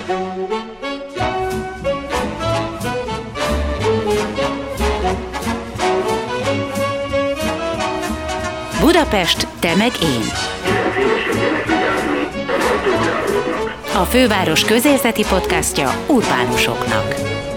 Budapest, te meg én. A főváros közérzeti podcastja urbánusoknak.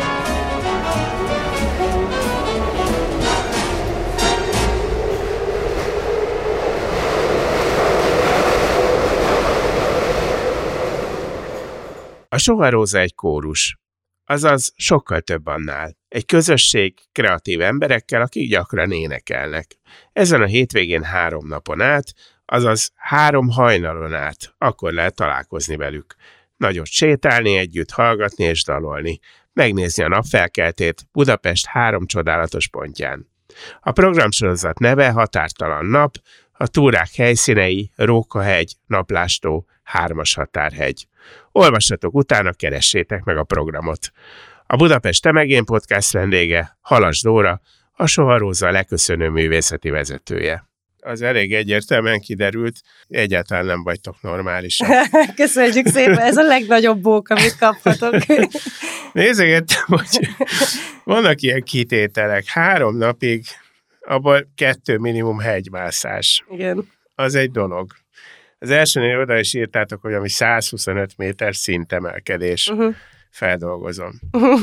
A Soha-Róza egy kórus, azaz sokkal több annál. Egy közösség kreatív emberekkel, akik gyakran énekelnek. Ezen a hétvégén 3 napon át, azaz 3 hajnalon át, akkor lehet találkozni velük. Nagyot sétálni együtt, hallgatni és dalolni. Megnézni a napfelkeltét Budapest 3 csodálatos pontján. A programsorozat neve Határtalan nap, a túrák helyszínei Rókahegy, Naplástó, 3-as határhegy. Olvassatok utána, keressétek meg a programot. A Budapest te meg én podcast vendége Halas Dóra, a Soha-Róza leköszönő művészeti vezetője. Az elég egyértelműen kiderült, egyáltalán nem vagytok normálisak. Köszönjük szépen, ez a legnagyobb bók, amit kaphatok. Nézegettem, hogy vannak ilyen kitételek. 3 napig, abból 2 minimum hegymászás. Igen. Az egy dolog. Az elsőnél oda is írtátok, hogy ami 125 méter szintemelkedés. Feldolgozom.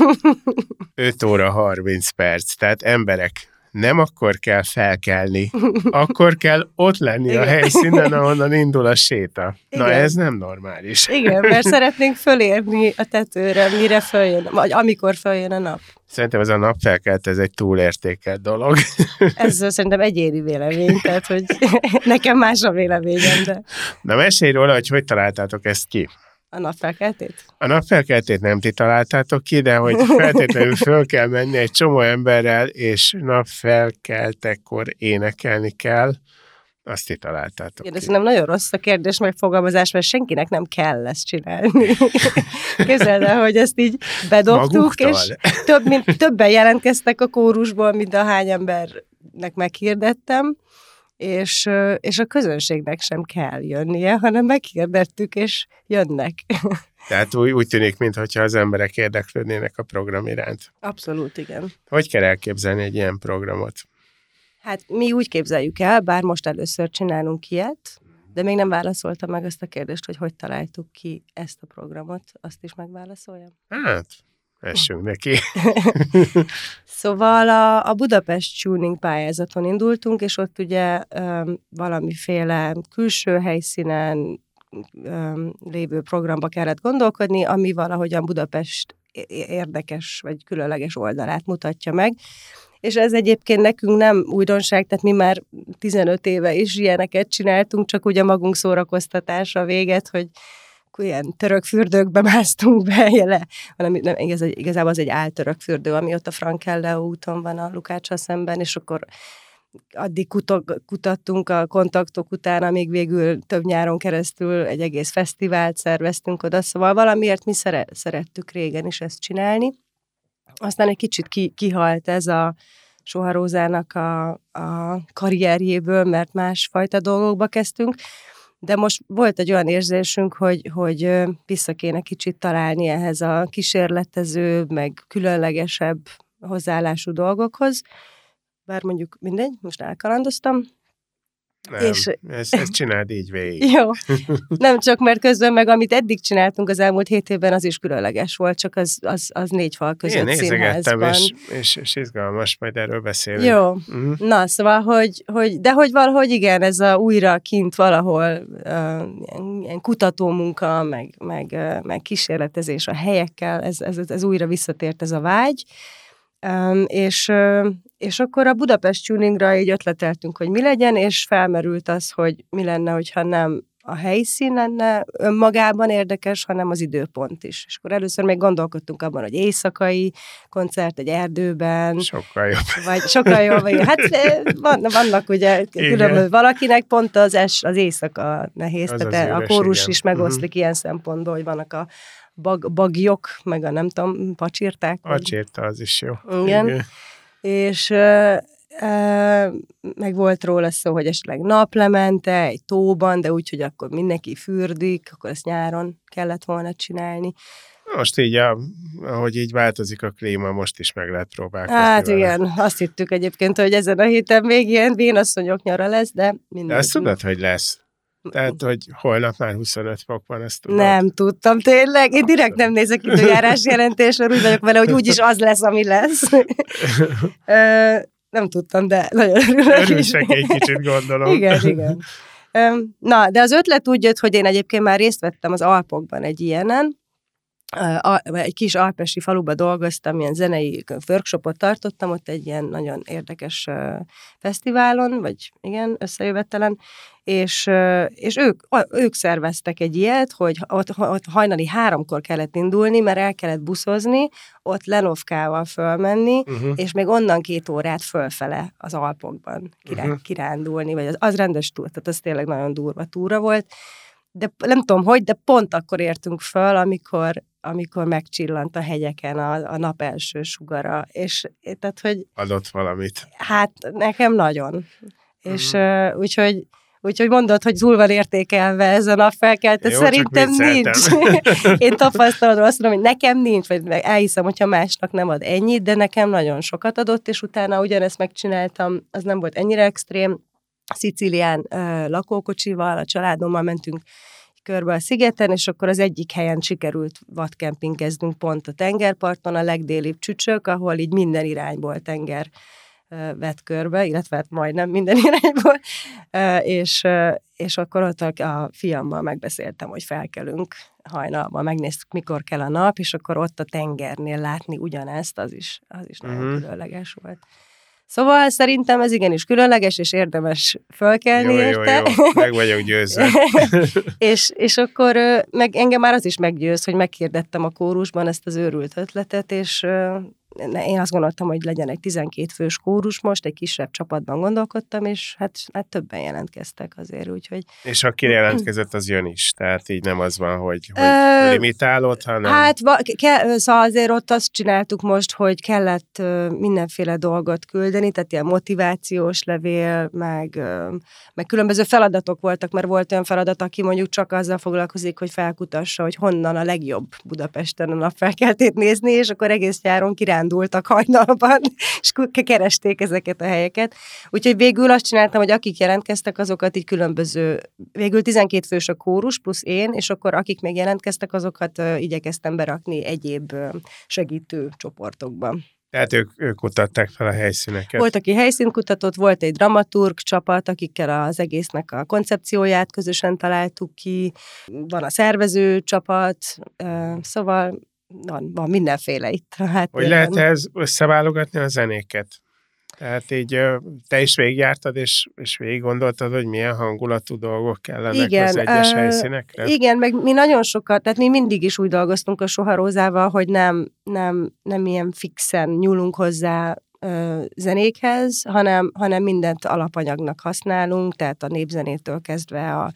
5 óra 30 perc. Tehát emberek, nem akkor kell felkelni, akkor kell ott lenni a helyszínen, ahonnan indul a séta. Igen. Na ez nem normális. Igen, mert szeretnénk fölérni a tetőre, mire följön, vagy amikor följön a nap. Szerintem ez a napfelkelt, ez egy túlértékelt dolog. Ez szerintem egyéni vélemény, tehát hogy nekem más a véleményem, de... Na mesélj róla, hogy találtátok ezt ki? A napfelkeltét? A napfelkeltét nem ti találtátok ki, de hogy feltétlenül föl kell menni egy csomó emberrel, és napfelkeltekor énekelni kell, azt ti találtátok ki. Ez nem nagyon rossz a kérdés megfogalmazás, mert senkinek nem kell ezt csinálni. Képzeld el, hogy ezt így bedobtuk, maguktól? És többen jelentkeztek a kórusból, mint ahány embernek meghirdettem, és a közönségnek sem kell jönnie, hanem meghirdettük, és jönnek. Tehát úgy tűnik, mintha az emberek érdeklődnének a program iránt. Abszolút, igen. Hogy kell elképzelni egy ilyen programot? Hát mi úgy képzeljük el, bár most először csinálunk ilyet, de még nem válaszoltam meg azt a kérdést, hogy találtuk ki ezt a programot. Azt is megválaszoljam? Hát... essünk neki. Szóval a Budapest Tuning pályázaton indultunk, és ott ugye valamiféle külső helyszínen lévő programba kellett gondolkodni, ami valahogyan Budapest érdekes vagy különleges oldalát mutatja meg. És ez egyébként nekünk nem újdonság, tehát mi már 15 éve is ilyeneket csináltunk, csak ugye magunk szórakoztatása véget, hogy ilyen török fürdőkbe másztunk be, hanem nem, igazából az egy áltörök fürdő, ami ott a Frankelleo úton van a Lukáccsal szemben, és akkor addig kutattunk a kontaktok után, amíg végül több nyáron keresztül egy egész fesztivált szerveztünk oda, szóval valamiért mi szerettük régen is ezt csinálni. Aztán egy kicsit kihalt ez a Soha-Rózának a karrierjéből, mert másfajta dolgokba kezdtünk, de most volt egy olyan érzésünk, hogy vissza kéne kicsit találni ehhez a kísérletező, meg különlegesebb hozzáállású dolgokhoz. Bár mondjuk mindegy, most elkalandoztam. Nem, ezt csináld így végig. Jó, nem csak, mert közben meg amit eddig csináltunk az elmúlt 7 évben, az is különleges volt, csak az 4 fal között színházban. Én nézegettem, és izgalmas, majd erről beszélünk. Jó, na szóval, de hogy valahogy igen, ez a újra kint valahol ilyen kutatómunka, meg kísérletezés a helyekkel, ez újra visszatért ez a vágy. És akkor a Budapest Tuningra így ötleteltünk, hogy mi legyen, és felmerült az, hogy mi lenne, hogyha nem a helyszín lenne önmagában érdekes, hanem az időpont is. És akkor először még gondolkodtunk abban, hogy éjszakai koncert egy erdőben. Sokkal jobb. Vagy sokkal jobb. Hát vannak ugye különböző valakinek pont az éjszaka nehéz. Az tehát az a kórus igen. is megoszlik ilyen szempontból, hogy vannak a bagyok, meg a nem tudom, pacsirták. Pacsirta, az is jó. Igen. És meg volt róla szó, hogy esetleg naplemente, egy tóban, de úgy, hogy akkor mindenki fürdik, akkor ezt nyáron kellett volna csinálni. Most így, ahogy így változik a klíma, most is meg lehet próbálkozni. Hát igen, azt hittük egyébként, hogy ezen a héten még ilyen vénasszonyok nyara lesz, de mindegy. De azt tudod, hogy lesz? Tehát, hogy holnap már 25 fok van, ezt tudod? Nem tudtam, tényleg. Én direkt nem nézek időjárás jelentésre, úgy vagyok vele, hogy úgyis az lesz, ami lesz. Nem tudtam, de nagyon örülsek egy kicsit, gondolom. Igen. Na, de az ötlet úgy jött, hogy én egyébként már részt vettem az Alpokban egy ilyenen, egy kis alpesi faluba dolgoztam, ilyen zenei workshopot tartottam, ott egy ilyen nagyon érdekes fesztiválon, vagy igen, összejövetelen, és ők szerveztek egy ilyet, hogy ott hajnali 3-kor kellett indulni, mert el kellett buszozni, ott Lenovkával fölmenni, és még onnan 2 órát fölfele az Alpokban kirándulni, vagy az rendes túra, tehát az tényleg nagyon durva túra volt, de nem tudom hogy, de pont akkor értünk föl, amikor megcsillant a hegyeken a nap első sugara, és tehát, hogy... Adott valamit. Hát nekem nagyon. És úgyhogy mondod, hogy túl van értékelve ez a napfelkelt, szerintem nincs. Én tapasztalatban azt mondom, hogy nekem nincs, vagy elhiszem, hogyha másnak nem ad ennyit, de nekem nagyon sokat adott, és utána ugyanezt megcsináltam, az nem volt ennyire extrém, Szicílián lakókocsival, a családommal mentünk körbe a szigeten, és akkor az egyik helyen sikerült vadkempingeznünk pont a tengerparton, a legdélibb Csücsök, ahol így minden irányból tenger vett körbe, illetve hát majdnem minden irányból, és akkor ott a fiammal megbeszéltem, hogy felkelünk hajnalban, megnéztük, mikor kell a nap, és akkor ott a tengernél látni ugyanezt, az is nagyon különleges volt. Szóval szerintem ez igenis különleges, és érdemes fölkelni érte. Jó, meg vagyok győzve. és akkor meg engem már az is meggyőz, hogy megkérdettem a kórusban ezt az őrült ötletet, és én azt gondoltam, hogy legyen egy 12 fős kórus most, egy kisebb csapatban gondolkodtam, és hát többen jelentkeztek azért, úgyhogy... És aki jelentkezett, az jön is, tehát így nem az van, hogy limitálod, hanem... Hát, szóval azért ott azt csináltuk most, hogy kellett mindenféle dolgot küldeni, tehát ilyen motivációs levél, meg különböző feladatok voltak, mert volt olyan feladat, aki mondjuk csak azzal foglalkozik, hogy felkutassa, hogy honnan a legjobb Budapesten a napfelkeltét nézni, és akkor egész nyáron kirándultak hajnalban, és keresték ezeket a helyeket. Úgyhogy végül azt csináltam, hogy akik jelentkeztek, azokat így különböző, végül 12 fős a kórus, plusz én, és akkor akik még jelentkeztek, azokat igyekeztem berakni egyéb segítő csoportokban. Tehát ők kutatták fel a helyszíneket. Volt, aki helyszínt kutatott, volt egy dramaturg csapat, akikkel az egésznek a koncepcióját közösen találtuk ki, van a szervező csapat, szóval van mindenféle itt. Hát hogy lehet ez összeválogatni a zenéket? Tehát így te is végigjártad, és végig gondoltad, hogy milyen hangulatú dolgok kellenek az egyes helyszínekre? Igen, meg mi nagyon sokat, tehát mi mindig is úgy dolgoztunk a Soha Rózával, hogy nem ilyen fixen nyúlunk hozzá zenékhez, hanem mindent alapanyagnak használunk, tehát a népzenétől kezdve a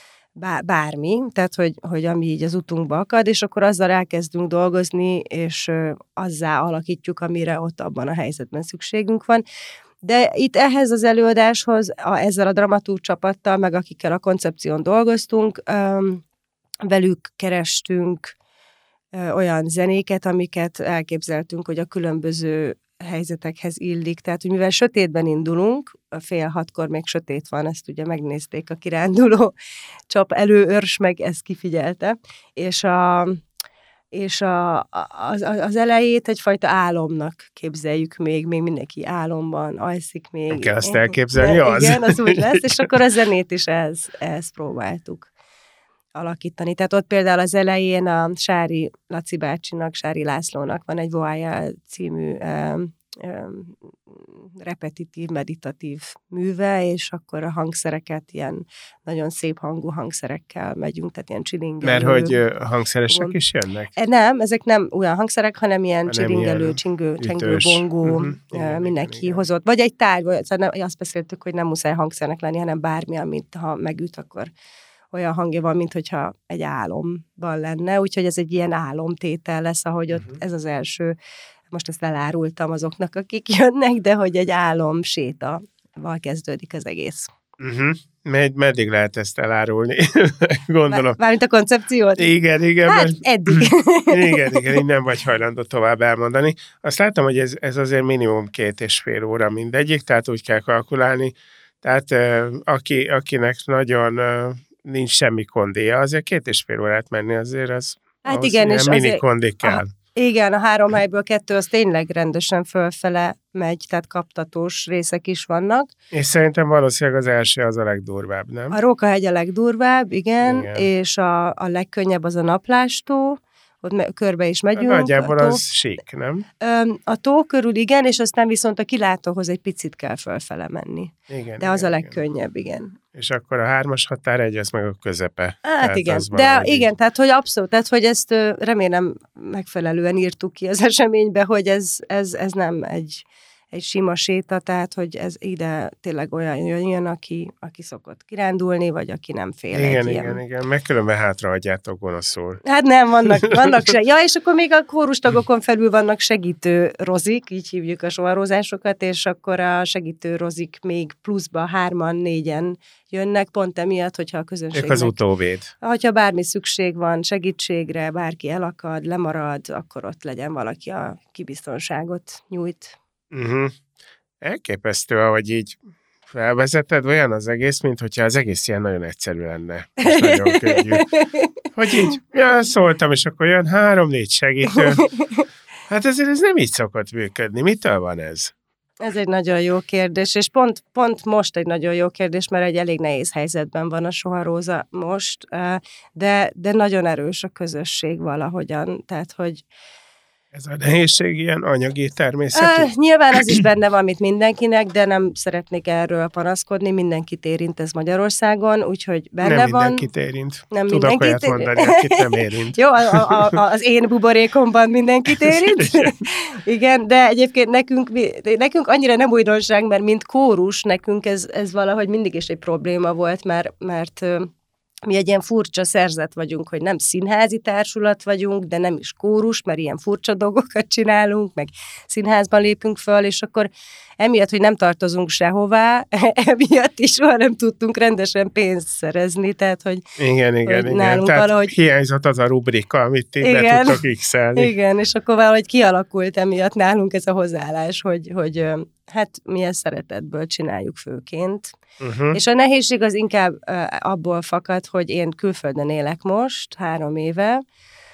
bármi, tehát hogy ami így az utunkba akad, és akkor azzal elkezdünk dolgozni, és azzá alakítjuk, amire ott abban a helyzetben szükségünk van. De itt ehhez az előadáshoz, ezzel a dramaturg csapattal, meg akikkel a koncepción dolgoztunk, velük kerestünk olyan zenéket, amiket elképzeltünk, hogy a különböző helyzetekhez illik. Tehát, hogy mivel sötétben indulunk, 5:30 még sötét van, ezt ugye megnézték a kiránduló csap előőrs, meg ezt kifigyelte, és az elejét egyfajta álomnak képzeljük még mindenki álomban alszik még. Nem kell ezt elképzelni, az? Igen, az úgy lesz, és akkor a zenét is ehhez próbáltuk alakítani. Tehát ott például az elején a Sári Laci bácsinak, Sári Lászlónak van egy Voája című repetitív, meditatív műve, és akkor a hangszereket ilyen nagyon szép hangú hangszerekkel megyünk, tehát ilyen csilingelő. Mert hogy hangszeresek is jönnek? Nem, ezek nem olyan hangszerek, hanem ilyen csilingelő, csengő, bongó, mindenki hozott. Vagy egy tárgy, szóval azt beszéltük, hogy nem muszáj hangszernek lenni, hanem bármi, amit ha megüt, akkor olyan hangja van, mint hogyha egy álomban lenne, úgyhogy ez egy ilyen álomtétel lesz, ahogy ott ez az első, most ezt elárultam azoknak, akik jönnek, de hogy egy álom sétaval kezdődik az egész. Meddig lehet ezt elárulni? Gondolom. Mármint a koncepciót? Igen. Hát eddig. Igen, így nem vagy hajlandó tovább elmondani. Azt láttam, hogy ez azért minimum 2,5 óra mindegyik, tehát úgy kell kalkulálni. Tehát akinek nagyon nincs semmi kondéja, azért 2,5 órát menni azért az hát igen, és mini kondik kell. Igen, a 3 helyből 2 az tényleg rendesen fölfele megy, tehát kaptatós részek is vannak. És szerintem valószínűleg az első az a legdurvább, nem? A Rókahegy a legdurvább, igen. És a legkönnyebb az a Naplástó, ott körbe is megyünk. Nagyjából az sík, nem? A tó körül igen, és aztán viszont a kilátóhoz egy picit kell fölfele menni. Igen, de az a legkönnyebb, igen. És akkor a 3-as határegy, az meg a közepe. Hát igen, de igen, tehát hogy abszolút, tehát hogy ezt remélem megfelelően írtuk ki az eseménybe, hogy ez nem egy sima séta, tehát hogy ez ide tényleg olyan jön, aki szokott kirándulni, vagy aki nem fél. Igen, meg különben hátrahagyjátok gonoszul. Hát nem, vannak se. Ja, és akkor még a kórustagokon felül vannak segítő rozik, így hívjuk a soharózásokat, és akkor a segítő rozik még pluszba 3-an, 4-en jönnek, pont emiatt, hogyha a közönségnek... Ők az utóvéd. Hogyha bármi szükség van segítségre, bárki elakad, lemarad, akkor ott legyen valaki, a kibiztonságot nyújt. Elképesztő, ahogy így felvezeted, olyan az egész, mint hogyha az egész ilyen nagyon egyszerű lenne. Nagyon könnyű. Hogy így, szóltam, és akkor jön 3-4 segítő. Hát ezért ez nem így szokott működni. Mitől van ez? Ez egy nagyon jó kérdés, és pont most egy nagyon jó kérdés, mert egy elég nehéz helyzetben van a Soharóza most, de nagyon erős a közösség valahogyan, tehát hogy ez a nehézség ilyen anyagi természetű? Nyilván ez is benne van, mint mindenkinek, de nem szeretnék erről panaszkodni, mindenkit érint ez Magyarországon, úgyhogy benne nem van. Mindenkit érint. Nem Tudok mindenkit olyat mondani, akit nem érint. Jó, az én buborékomban mindenkit érint. Igen, de egyébként nekünk annyira nem újdonság, mert mint kórus, nekünk ez valahogy mindig is egy probléma volt, mert mi egy ilyen furcsa szerzet vagyunk, hogy nem színházi társulat vagyunk, de nem is kórus, mert ilyen furcsa dolgokat csinálunk, meg színházban lépünk föl, és akkor emiatt, hogy nem tartozunk sehová, emiatt is soha nem tudtunk rendesen pénzt szerezni, tehát, hogy igen. nálunk tehát valahogy... hiányzott az a rubrika, amit ti be tudtok x-elni. Igen, és akkor valahogy kialakult emiatt nálunk ez a hozzáállás, hogy hát milyen szeretetből csináljuk főként. És a nehézség az inkább abból fakad, hogy én külföldön élek most, 3 éve.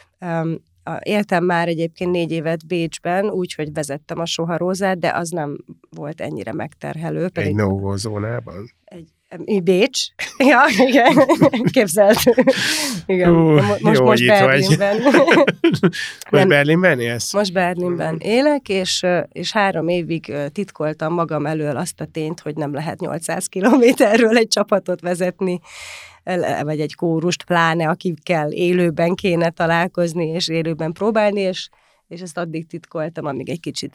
Éltem már egyébként 4 évet Bécsben, úgyhogy vezettem a Soharózát, de az nem volt ennyire megterhelő. Egy no-go zónában? Bécs? Ja, igen. Képzeld. Igen. Most Berlinben. Most Berlinben élsz? Most Berlinben élek, és 3 évig titkoltam magam elől azt a tényt, hogy nem lehet 800 kilométerről egy csapatot vezetni, vagy egy kórust, pláne akikkel élőben kéne találkozni, és élőben próbálni, és ezt addig titkoltam, amíg egy kicsit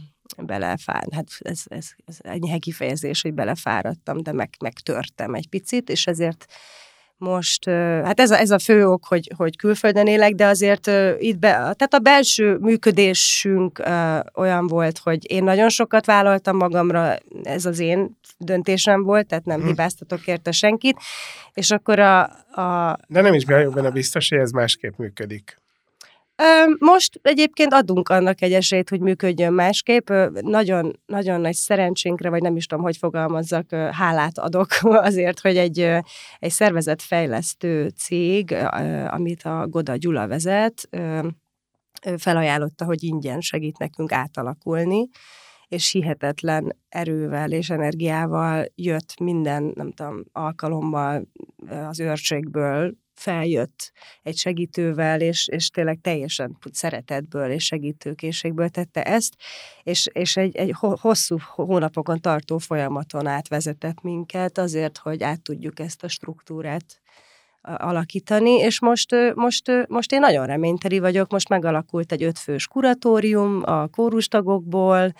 hát ez enyhe kifejezés, hogy belefáradtam, de megtörtem egy picit, és ezért most, hát ez a fő ok, hogy külföldön élek, de azért tehát a belső működésünk olyan volt, hogy én nagyon sokat vállaltam magamra, ez az én döntésem volt, tehát nem hibáztatok érte senkit, és akkor De nem is vagyok benne biztos, hogy ez másképp működik. Most egyébként adunk annak egy esélyt, hogy működjön másképp. Nagyon, nagyon nagy szerencsénkre, vagy nem is tudom, hogy fogalmazzak, hálát adok azért, hogy egy szervezetfejlesztő cég, amit a Goda Gyula vezet, felajánlotta, hogy ingyen segít nekünk átalakulni, és hihetetlen erővel és energiával jött minden, nem tudom, alkalommal az őrségből, feljött egy segítővel, és tényleg teljesen szeretetből és segítőkészségből tette ezt, és egy hosszú hónapokon tartó folyamaton átvezetett minket azért, hogy át tudjuk ezt a struktúrát alakítani, és most én nagyon reményteli vagyok, most megalakult egy 5 fős kuratórium a kórustagokból,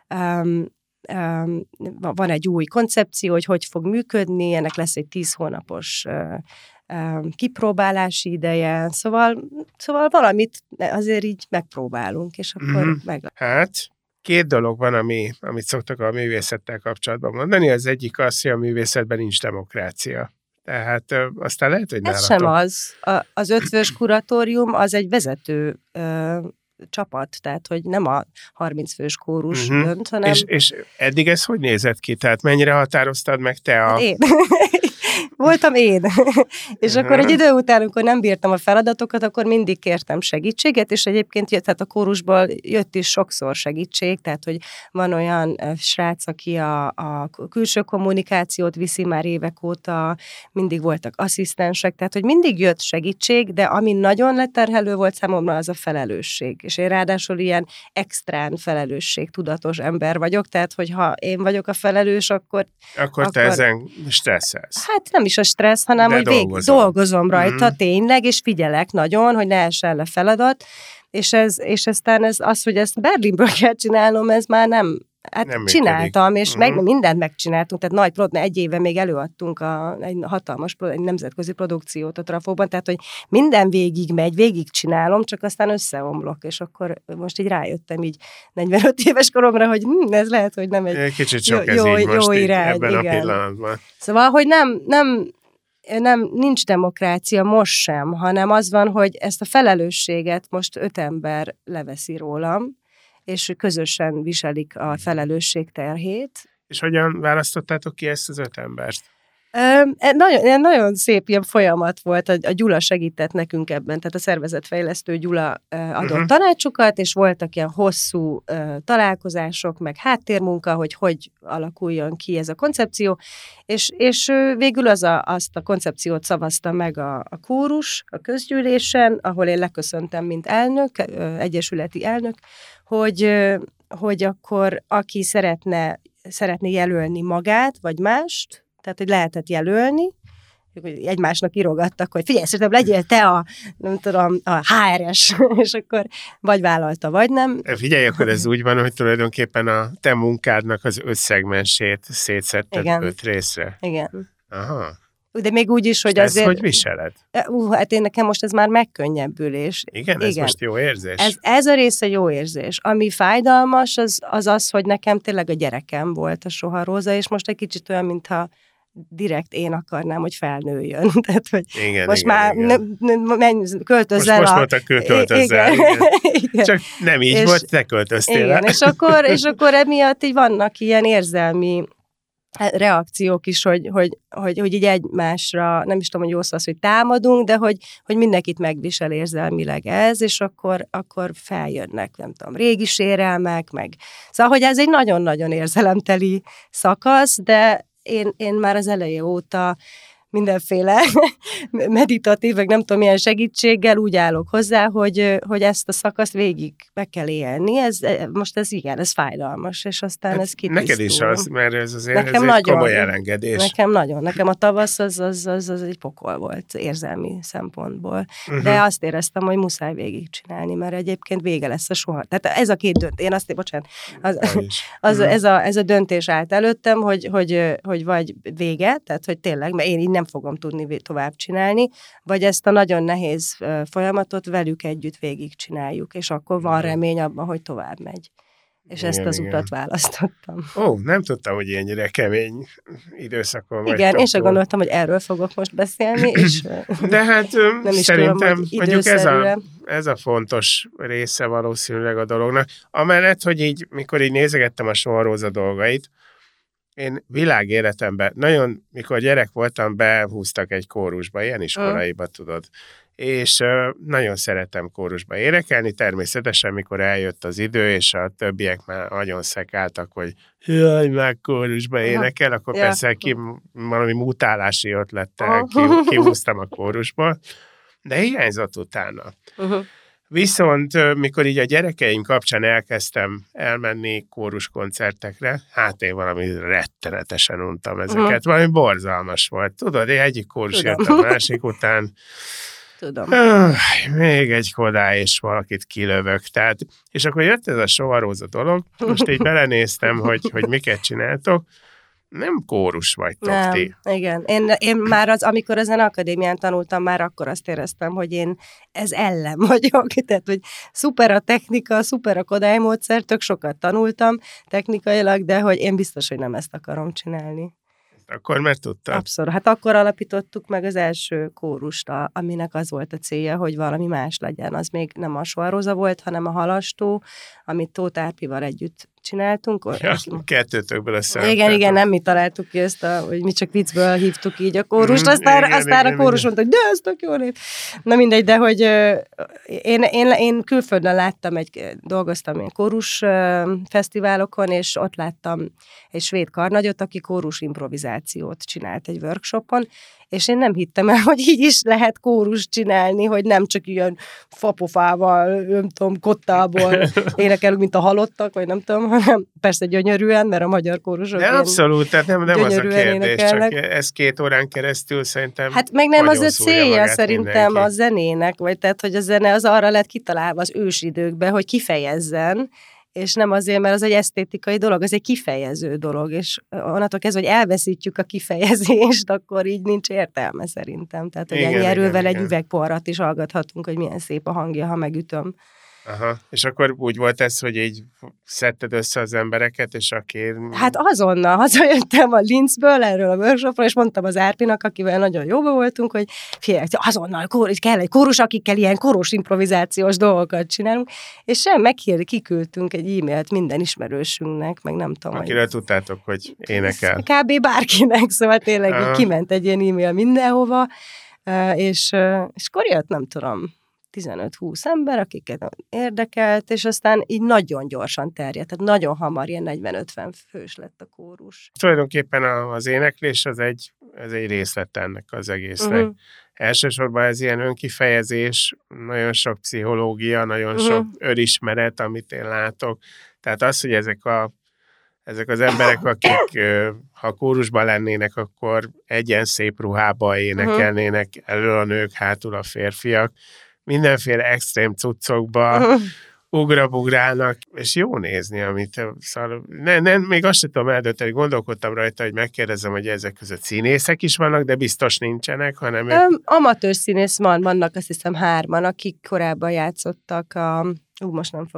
van egy új koncepció, hogy fog működni, ennek lesz egy 10 hónapos kipróbálási ideje, szóval valamit azért így megpróbálunk, és akkor Hát, Két dolog van, amit szoktak a művészettel kapcsolatban mondani. Az egyik az, hogy a művészetben nincs demokrácia. Tehát aztán lehet, hogy Ez nálatok. sem az. Az ötvös kuratórium az egy vezető csapat, tehát hogy nem a 30 fős kórus dönt, hanem... És eddig ez hogy nézett ki? Tehát mennyire határoztad meg te a... Én. Voltam én. És akkor egy idő után, amikor nem bírtam a feladatokat, akkor mindig kértem segítséget, és egyébként tehát a kórusból jött is sokszor segítség, tehát hogy van olyan srác, aki a külső kommunikációt viszi már évek óta, mindig voltak asszisztensek, tehát hogy mindig jött segítség, de ami nagyon leterhelő volt számomra, az a felelősség. És én ráadásul ilyen extrán felelősségtudatos ember vagyok, tehát hogyha én vagyok a felelős, akkor te ezen stresszelsz. Hát nem is a stressz, hanem de hogy dolgozom rajta tényleg, és figyelek nagyon, hogy ne essen le feladat, és aztán az, hogy ezt Berlinből kell csinálnom, ez már nem csináltam, és mindent megcsináltunk, tehát egy éve még előadtunk egy hatalmas, egy nemzetközi produkciót a Trafóban, tehát hogy minden végig csinálom, csak aztán összeomlok, és akkor most így rájöttem így 45 éves koromra, hogy ez lehet, hogy nem egy kicsit sok ez így most irány, ebben igen. a pillanatban. Szóval, hogy nincs demokrácia most sem, hanem az van, hogy ezt a felelősséget most 5 ember leveszi rólam, és közösen viselik a felelősség terhét. És hogyan választottátok ki ezt az 5 embert? Nagyon szép ilyen folyamat volt, a Gyula segített nekünk ebben, tehát a szervezetfejlesztő Gyula adott tanácsokat, és voltak ilyen hosszú találkozások, meg háttérmunka, hogy alakuljon ki ez a koncepció, és végül azt a koncepciót szavazta meg a kórus a közgyűlésen, ahol én leköszöntem, mint elnök, egyesületi elnök, hogy akkor aki szeretné jelölni magát, vagy mást, tehát, hogy lehetett jelölni, egymásnak írogattak, hogy figyelj, szerintem legyél te a HRS, és akkor vagy vállalta, vagy nem. Figyelj, akkor ez úgy van, hogy tulajdonképpen a te munkádnak az 5 szegmensét szétszetted 5 részre. Igen. Aha. De még úgy is, hogy és azért... ezt hogy viseled? Hát én nekem most ez már megkönnyebbülés. Igen? Ez most jó érzés? Ez a része jó érzés. Ami fájdalmas, az, hogy nekem tényleg a gyerekem volt a Soha Róza, és most egy kicsit olyan, mintha direkt én akarnám, hogy felnőjön. Tehát, hogy igen, most igen, már igen. költözz el. Most mondtak, költözz el. Igen. Csak nem így volt, te költöztél. Igen, és akkor emiatt így vannak ilyen érzelmi reakciók is, hogy így egymásra, nem is tudom, hogy jó szó az, hogy támadunk, de hogy mindenkit megvisel érzelmileg ez, és akkor feljönnek, nem tudom, régi sérelmek, meg. Szóval, hogy ez egy nagyon-nagyon érzelemteli szakasz, de én már az eleje óta mindenféle meditatív, meg nem tudom milyen segítséggel úgy állok hozzá, hogy ezt a szakaszt végig meg kell élni. Ez fájdalmas, és aztán ez kitisztul. Neked is az, mert ez azért ez egy komoly elengedés. Nekem a tavasz az egy pokol volt érzelmi szempontból. De azt éreztem, hogy muszáj végig csinálni, mert egyébként vége lesz a soha. Tehát ez a két döntés, ez a döntés állt előttem, hogy vagy vége, tehát hogy tényleg, mert én így nem fogom tudni tovább csinálni, vagy ezt a nagyon nehéz folyamatot velük együtt végigcsináljuk, és akkor van remény abban, hogy tovább megy. És ezt az utat választottam. Nem tudtam, hogy ennyire kemény időszakon vagy. Igen, én sem gondoltam, hogy erről fogok most beszélni, és de hát nem szerintem tudom, mondjuk ez a fontos része valószínűleg a dolognak. Amellett, hogy így, mikor így nézegettem a Soha Róza dolgait, én világéletemben, nagyon, mikor gyerek voltam, behúztak egy kórusba, ilyen iskolaiba, tudod. És nagyon szeretem kórusba énekelni, természetesen, mikor eljött az idő, és a többiek már nagyon szekáltak, hogy jaj, már kórusba énekel, akkor persze valami mutálási ötlettel kihúztam a kórusból, de hiányzott utána. Viszont, mikor így a gyerekeim kapcsán elkezdtem elmenni kóruskoncertekre, hát én valami rettenetesen untam ezeket, valami borzalmas volt. Tudod, egyik kórus jött a másik után. Tudom. Még egy kodá, és valakit kilövök. Tehát, és akkor jött ez a Soha Róza dolog, most így belenéztem, hogy miket csináltok, nem kórus vagytok Nem, ti. igen. Én már amikor a Zeneakadémián tanultam, már akkor azt éreztem, hogy én ez ellen vagyok. Tehát, hogy szuper a technika, szuper a Kodály módszer, tök sokat tanultam technikailag, de hogy én biztos, hogy nem ezt akarom csinálni. Akkor mert tudtad? Abszolút. Hát akkor alapítottuk meg az első kórust, aminek az volt a célja, hogy valami más legyen. Az még nem a Soharóza volt, hanem a Halastó, amit Tóth Árpival együtt csináltunk. Ja, kettőtökből összeraktátok. Igen, nem mi találtuk ki ezt, hogy mi csak viccből hívtuk így a kórust, aztán a kórus mondta, hogy de ez tök jó név. Na mindegy, de hogy én külföldön dolgoztam ilyen kórus fesztiválokon, és ott láttam egy svéd karnagyot, aki kórus improvizációt csinált egy workshopon, és én nem hittem el, hogy így is lehet kórus csinálni, hogy nem csak ilyen fapofával, nem tudom, kottából énekelünk, mint a halottak, vagy nem tudom, hanem persze gyönyörűen, mert a magyar kórusok de abszolút, tehát nem az a kérdés, énekelnek. csak ez 2 órán keresztül szerintem hát meg nem az a célja szerintem mindenki. a zenének, vagy tehát, hogy a zene az arra lett kitalálva az ősidőkben, hogy kifejezzen, és nem azért, mert az egy esztétikai dolog, az egy kifejező dolog, és onnantól kezdve, hogy elveszítjük a kifejezést, akkor így nincs értelme szerintem. Tehát, hogy ennyi erővel egy üvegporrat is hallgathatunk, hogy milyen szép a hangja, ha megütöm. Aha, és akkor úgy volt ez, hogy így szedted össze az embereket, és aki... Hát azonnal hazajöttem a Linzből erről a workshopról, és mondtam az Árpinak, akivel nagyon jóba voltunk, hogy figyelj, azonnal kell egy kórus, akikkel ilyen kórus improvizációs dolgokat csinálunk, és kiküldtünk egy e-mailt minden ismerősünknek, meg nem tudom. Akiről tudtátok, hogy énekel. Kb. Bárkinek, szóval tényleg így kiment egy ilyen e-mail mindenhova, és akkor jött, nem tudom, 15-20 ember, akiket érdekelt, és aztán így nagyon gyorsan terjedt, tehát nagyon hamar ilyen 40-50 fős lett a kórus. Tulajdonképpen az éneklés ez egy részlet ennek az egésznek. Elsősorban ez ilyen önkifejezés, nagyon sok pszichológia, nagyon sok önismeret, amit én látok. Tehát az, hogy ezek az emberek, akik ha kórusban lennének, akkor egyen szép ruhába énekelnének, elől a nők, hátul a férfiak, mindenféle extrém cuccokba ugrabugrálnak, és jó nézni, amit szóval még azt sem tudom eldönteni, gondolkodtam rajta, hogy megkérdezem, hogy ezek között színészek is vannak, de biztos nincsenek, hanem... Amatőr színész vannak, azt hiszem 3, akik korábban játszottak most nem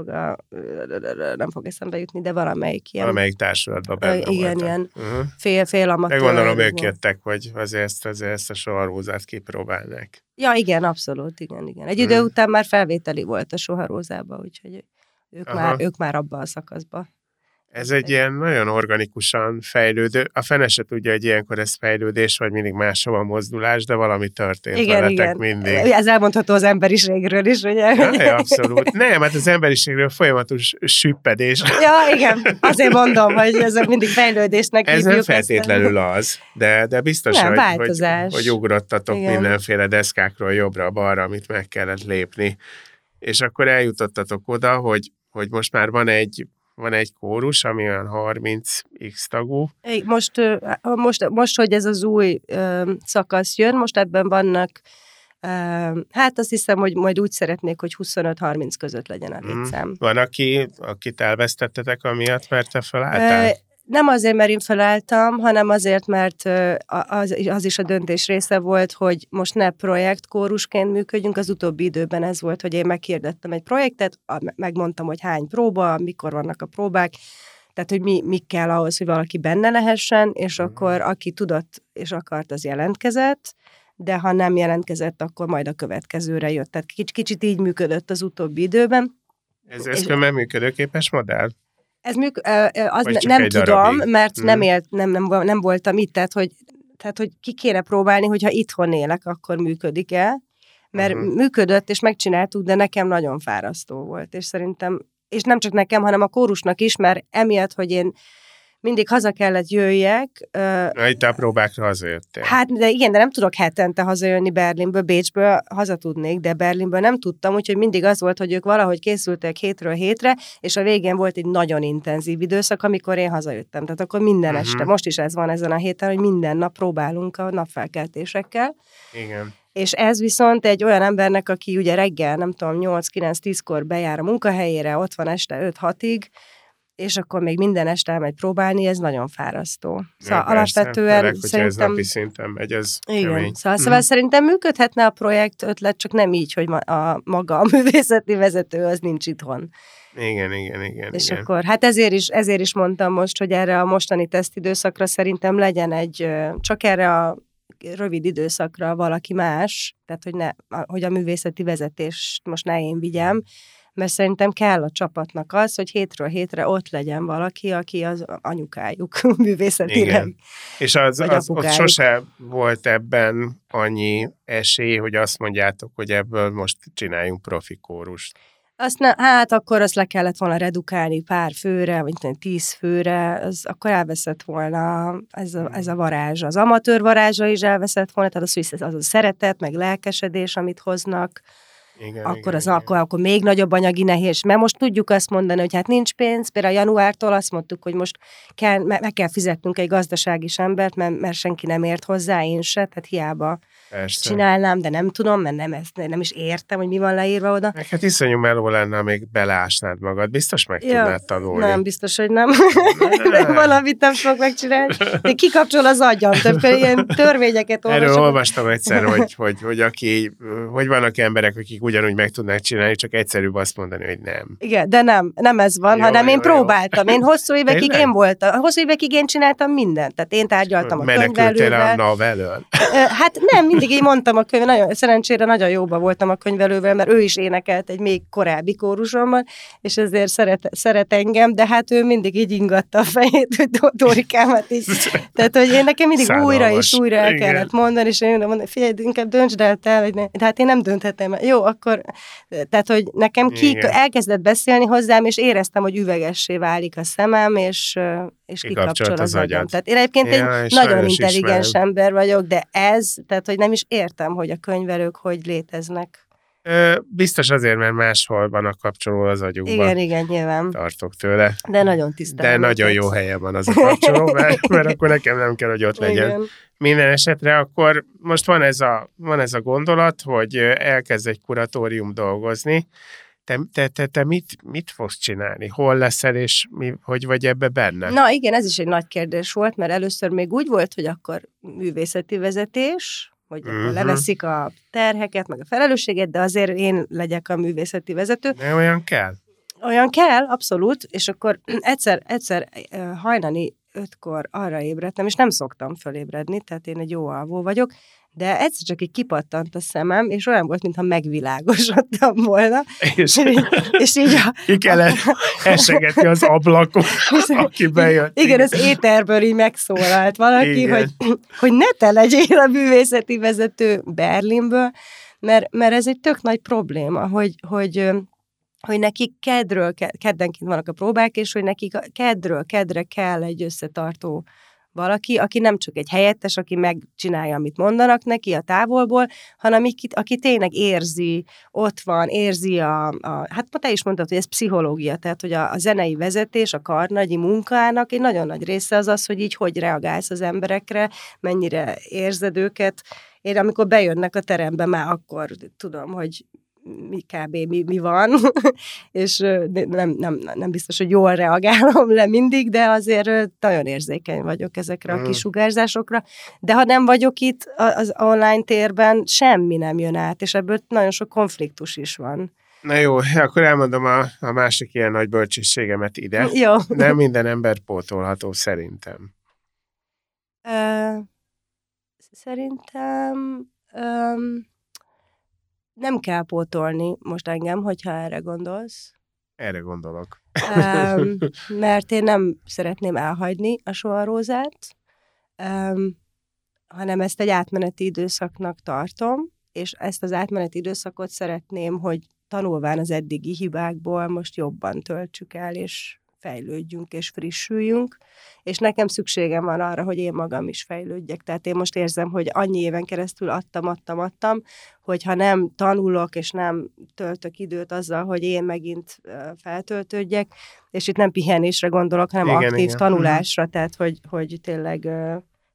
fog eszembe jutni, de valamelyik ilyen. Valamelyik társulatban benne igen, voltak. Ilyen fél amatőr. De gondolom, ők jöttek, hogy azért ezt a Soharózát kipróbálnák. Ja, igen, abszolút, igen. Egy idő után már felvételi volt a Soharózába, úgyhogy ők már abban a szakaszban. Ez egy ilyen nagyon organikusan fejlődő, a fene se tudja, hogy ilyenkor ez fejlődés, vagy mindig máshova mozdulás, de valami történt veletek mindig. Ez elmondható az emberiségről is, ugye? Ja, abszolút. Nem, hát az emberiségről folyamatos süppedés. Ja, igen. Azért mondom, hogy ez mindig fejlődésnek hívjuk. Ez nem feltétlenül az, de biztos, hogy ugrottatok mindenféle deszkákról jobbra-balra, amit meg kellett lépni. És akkor eljutottatok oda, hogy most már van egy kórus, ami olyan 30x tagú. Most, hogy ez az új szakasz jön, most ebben vannak, hát azt hiszem, hogy majd úgy szeretnék, hogy 25-30 között legyen a létszám. Van, akit elvesztettetek amiatt, mert te felálltál? Nem azért, mert én felálltam, hanem azért, mert az is a döntés része volt, hogy most ne projektkórusként működjünk. Az utóbbi időben ez volt, hogy én meghirdettem egy projektet, megmondtam, hogy hány próba, mikor vannak a próbák, tehát, hogy mi kell ahhoz, hogy valaki benne lehessen, és akkor aki tudott és akart, az jelentkezett, de ha nem jelentkezett, akkor majd a következőre jött. Tehát kicsit így működött az utóbbi időben. Ez különben működőképes modell? Ez nem tudom, mert nem voltam itt, tehát hogy ki kéne próbálni, hogyha itthon élek, akkor működik-e, mert működött, és megcsináltuk, de nekem nagyon fárasztó volt, és szerintem, és nem csak nekem, hanem a kórusnak is, mert emiatt, hogy én mindig haza kellett jöjjek. Itt a próbákra hazajöttél. Hát, de igen, de nem tudok hetente hazajönni Berlinből, Bécsből haza tudnék, de Berlinből nem tudtam, úgyhogy mindig az volt, hogy ők valahogy készültek hétről hétre, és a végén volt egy nagyon intenzív időszak, amikor én hazajöttem. Tehát akkor minden este, most is ez van ezen a héten, hogy minden nap próbálunk a napfelkeltésekkel. Igen. És ez viszont egy olyan embernek, aki ugye reggel, nem tudom, 8-9-10-kor bejár a munkahelyére, ott van este 5-6-ig, és akkor még minden este elmegy próbálni, ez nagyon fárasztó. Szóval Ja, alapvetően főleg, hogyha ez szerintem... napi szinten megy, ez Igen, kemény. szóval szerintem működhetne a projekt ötlet, csak nem így, hogy maga a művészeti vezető az nincs itthon. Igen. És akkor, hát ezért is mondtam most, hogy erre a mostani tesztidőszakra szerintem legyen csak erre a rövid időszakra valaki más, tehát hogy a művészeti vezetést most ne én vigyem, mert szerintem kell a csapatnak az, hogy hétről hétre ott legyen valaki, aki az anyukájuk művészetileg. Igen. És ott sose volt ebben annyi esély, hogy azt mondjátok, hogy ebből most csináljunk profi kórust. Hát akkor azt le kellett volna redukálni pár főre, vagy 10 főre, akkor elveszett volna ez a varázs. Az amatőr varázsa is elveszett volna, tehát az a szeretet, meg lelkesedés, amit hoznak. Igen, akkor még nagyobb anyagi nehéz. Mert most tudjuk azt mondani, hogy hát nincs pénz, például januártól azt mondtuk, hogy most meg kell fizetnünk egy gazdasági embert, mert senki nem ért hozzá, én se, tehát hiába csinálnám, de nem tudom, mert nem is értem, hogy mi van leírva oda. Hát iszonyú meló lenne, még beleásnád magad, biztos meg tudnád tanulni. Nem, biztos, hogy nem. Valamit nem fogok megcsinálni. De kikapcsol az agyam, többféle ilyen törvényeket olvasok. Erről olvastam egyszer, hogy vannak emberek, akik ugyanúgy meg tudnák csinálni, csak egyszerűbb azt mondani, hogy nem. Igen, de nem ez van, hanem én próbáltam. Én hosszú évekig én csináltam mindent. Tehát én tárgyaltam a könyvelővel. Menekültél a NAV elől? Hát nem, mindig én mondtam a könyvelővel, szerencsére nagyon jóba voltam a könyvelővel, mert ő is énekelt egy még korábbi kórusomban, és ezért szeret engem, de hát ő mindig így ingatta a fejét, hogy Dorikámat is. Tehát, hogy én nekem mindig újra és újra el kellett mondani, és én mondom, figyelj, inkább döntsd el te, de hát én nem dönthetem. Jó, akkor, tehát, hogy nekem elkezdett beszélni hozzám, és éreztem, hogy üvegessé válik a szemem, és kikapcsol az agyam. Tehát én egyébként egy nagyon intelligens ember vagyok, de tehát, hogy nem is értem, hogy a könyvelők hogy léteznek. Biztos azért, mert máshol van a kapcsoló az agyukban. Igen, nyilván. Tartok tőle. De nagyon tisztelem. De nagyon jó helye van az a kapcsoló, mert akkor nekem nem kell, hogy ott legyen. Igen. Minden esetre akkor most van ez a gondolat, hogy elkezd egy kuratórium dolgozni. Te mit fogsz csinálni? Hol leszel, és hogy vagy ebbe benne? Na igen, ez is egy nagy kérdés volt, mert először még úgy volt, hogy akkor művészeti vezetés, hogy leveszik a terheket, meg a felelősséget, de azért én legyek a művészeti vezető. De olyan kell? Olyan kell, abszolút, és akkor egyszer hajnali 5-kor arra ébredtem, és nem szoktam fölébredni, tehát én egy jó alvó vagyok, de egyszer csak így kipattant a szemem, és olyan volt, mintha megvilágosodtam volna. És így ki kellett essegetni az ablakon, aki bejött. Igen, az éterből így megszólalt valaki, hogy ne te legyél a művészeti vezető Berlinből, mert ez egy tök nagy probléma, hogy nekik keddenként vannak a próbák, és hogy nekik kedről kedre kell egy összetartó valaki, aki nem csak egy helyettes, aki megcsinálja, amit mondanak neki a távolból, hanem aki tényleg érzi, ott van, érzi hát te is mondtad, hogy ez pszichológia, tehát hogy a zenei vezetés, a karnagyi munkának egy nagyon nagy része az, hogy így hogy reagálsz az emberekre, mennyire érzed őket. Én amikor bejönnek a terembe, már akkor tudom, hogy mi van, és nem biztos, hogy jól reagálom le mindig, de azért nagyon érzékeny vagyok ezekre a kisugárzásokra. De ha nem vagyok itt az online térben, semmi nem jön át, és ebből nagyon sok konfliktus is van. Na jó, akkor elmondom a másik ilyen nagy bölcsességemet ide. Jó. Nem minden ember pótolható, szerintem. Szerintem... nem kell pótolni most engem, hogyha erre gondolsz. Erre gondolok. Mert én nem szeretném elhagyni a Soharózát, hanem ezt egy átmeneti időszaknak tartom, és ezt az átmeneti időszakot szeretném, hogy tanulván az eddigi hibákból most jobban töltsük el, és fejlődjünk és frissüljünk, és nekem szükségem van arra, hogy én magam is fejlődjek. Tehát én most érzem, hogy annyi éven keresztül adtam, hogyha nem tanulok, és nem töltök időt azzal, hogy én megint feltöltődjek, és itt nem pihenésre gondolok, hanem aktív tanulásra, tehát hogy tényleg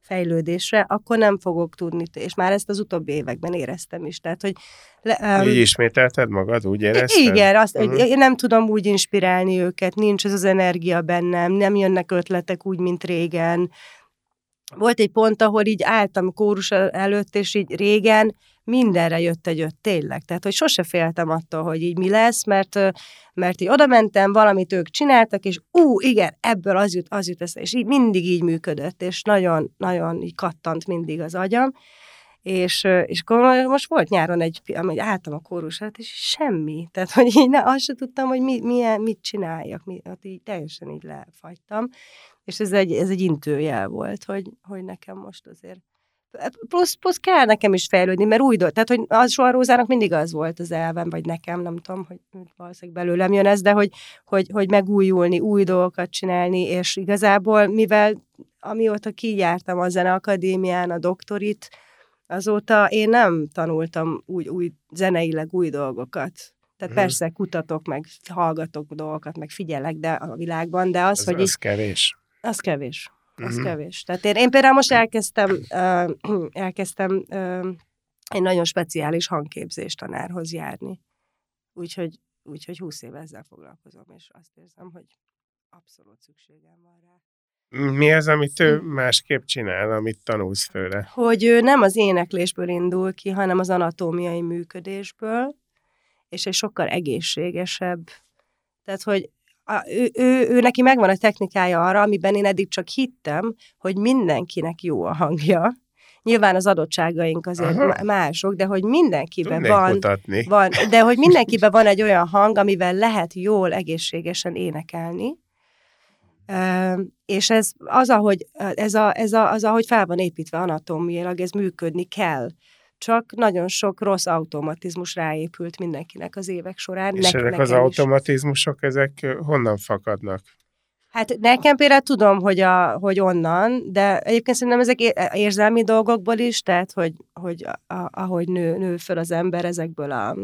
fejlődésre, akkor nem fogok tudni, és már ezt az utóbbi években éreztem is. Tehát, hogy így ismételted magad, úgy érezted? Igen, én nem tudom úgy inspirálni őket, nincs ez az energia bennem, nem jönnek ötletek úgy, mint régen. Volt egy pont, ahol így álltam kórus előtt, és így régen mindenre jött egy öt, tényleg. Tehát, hogy sose féltem attól, hogy így mi lesz, mert így oda mentem, valamit ők csináltak, és igen, ebből az jut eszembe, és így mindig így működött, és nagyon, nagyon így kattant mindig az agyam. És akkor most volt nyáron hogy álltam a kórus előtt, és semmi. Tehát, hogy én azt sem tudtam, hogy mit csináljak. Így teljesen így lefagytam. És ez egy intőjel volt, hogy nekem most azért... Plusz kell nekem is fejlődni, mert tehát, hogy az Soha Rózának mindig az volt az elvem, vagy nekem, nem tudom, hogy valószínűleg belőlem jön ez, de hogy megújulni, új dolgokat csinálni, és igazából, mivel amióta kijártam a Zeneakadémián a doktorit, azóta én nem tanultam úgy zeneileg új dolgokat. Tehát persze kutatok, meg hallgatok dolgokat, meg figyelek a világban, de az, hogy... Az kevés. Az kevés. Az kevés. Tehát én például most elkezdtem egy nagyon speciális hangképzés tanárhoz járni. Úgyhogy 20 éve ezzel foglalkozom, és azt érzem, hogy abszolút szükségem van rá. Mi az, amit ő másképp csinál, amit tanulsz tőle? Hogy ő nem az éneklésből indul ki, hanem az anatómiai működésből, és egy sokkal egészségesebb. Tehát, hogy ő neki megvan a technikája arra, amiben én eddig csak hittem, hogy mindenkinek jó a hangja. Nyilván az adottságaink azért mások, de hogy mindenkiben van, de hogy mindenkiben van egy olyan hang, amivel lehet jól, egészségesen énekelni. És az, ahogy fel van építve anatómiailag, ez működni kell. Csak nagyon sok rossz automatizmus ráépült mindenkinek az évek során. És ezek az automatizmusok, ezek honnan fakadnak? Hát nekem például tudom, hogy onnan, de egyébként szerintem ezek érzelmi dolgokból is, tehát hogy ahogy nő föl az ember ezekből a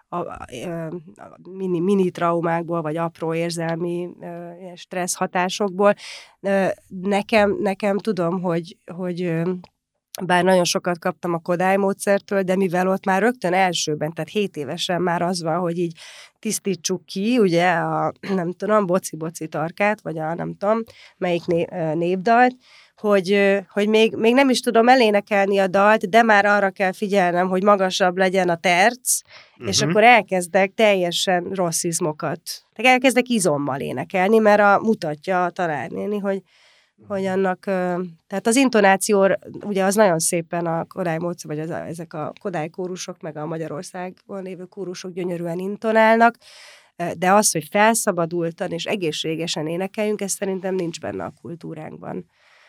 mini traumákból, vagy apró érzelmi stressz hatásokból. Nekem tudom, hogy bár nagyon sokat kaptam a Kodály módszertől, de mivel ott már rögtön elsőben, tehát 7 évesen már az van, hogy így tisztítsuk ki, ugye nem tudom, boci tarkát, vagy nem tudom, melyik népdalt, hogy még nem is tudom elénekelni a dalt, de már arra kell figyelnem, hogy magasabb legyen a terc, és akkor elkezdek teljesen rossz izmokat. Tehát elkezdek izommal énekelni, mert mutatja a tanárnéni, hogy annak, tehát az intonáció, ugye az nagyon szépen a Kodály módszer, vagy ezek a Kodály kórusok, meg a Magyarországon lévő kórusok gyönyörűen intonálnak, de az, hogy felszabadultan és egészségesen énekeljünk, ez szerintem nincs benne a kultúránkban.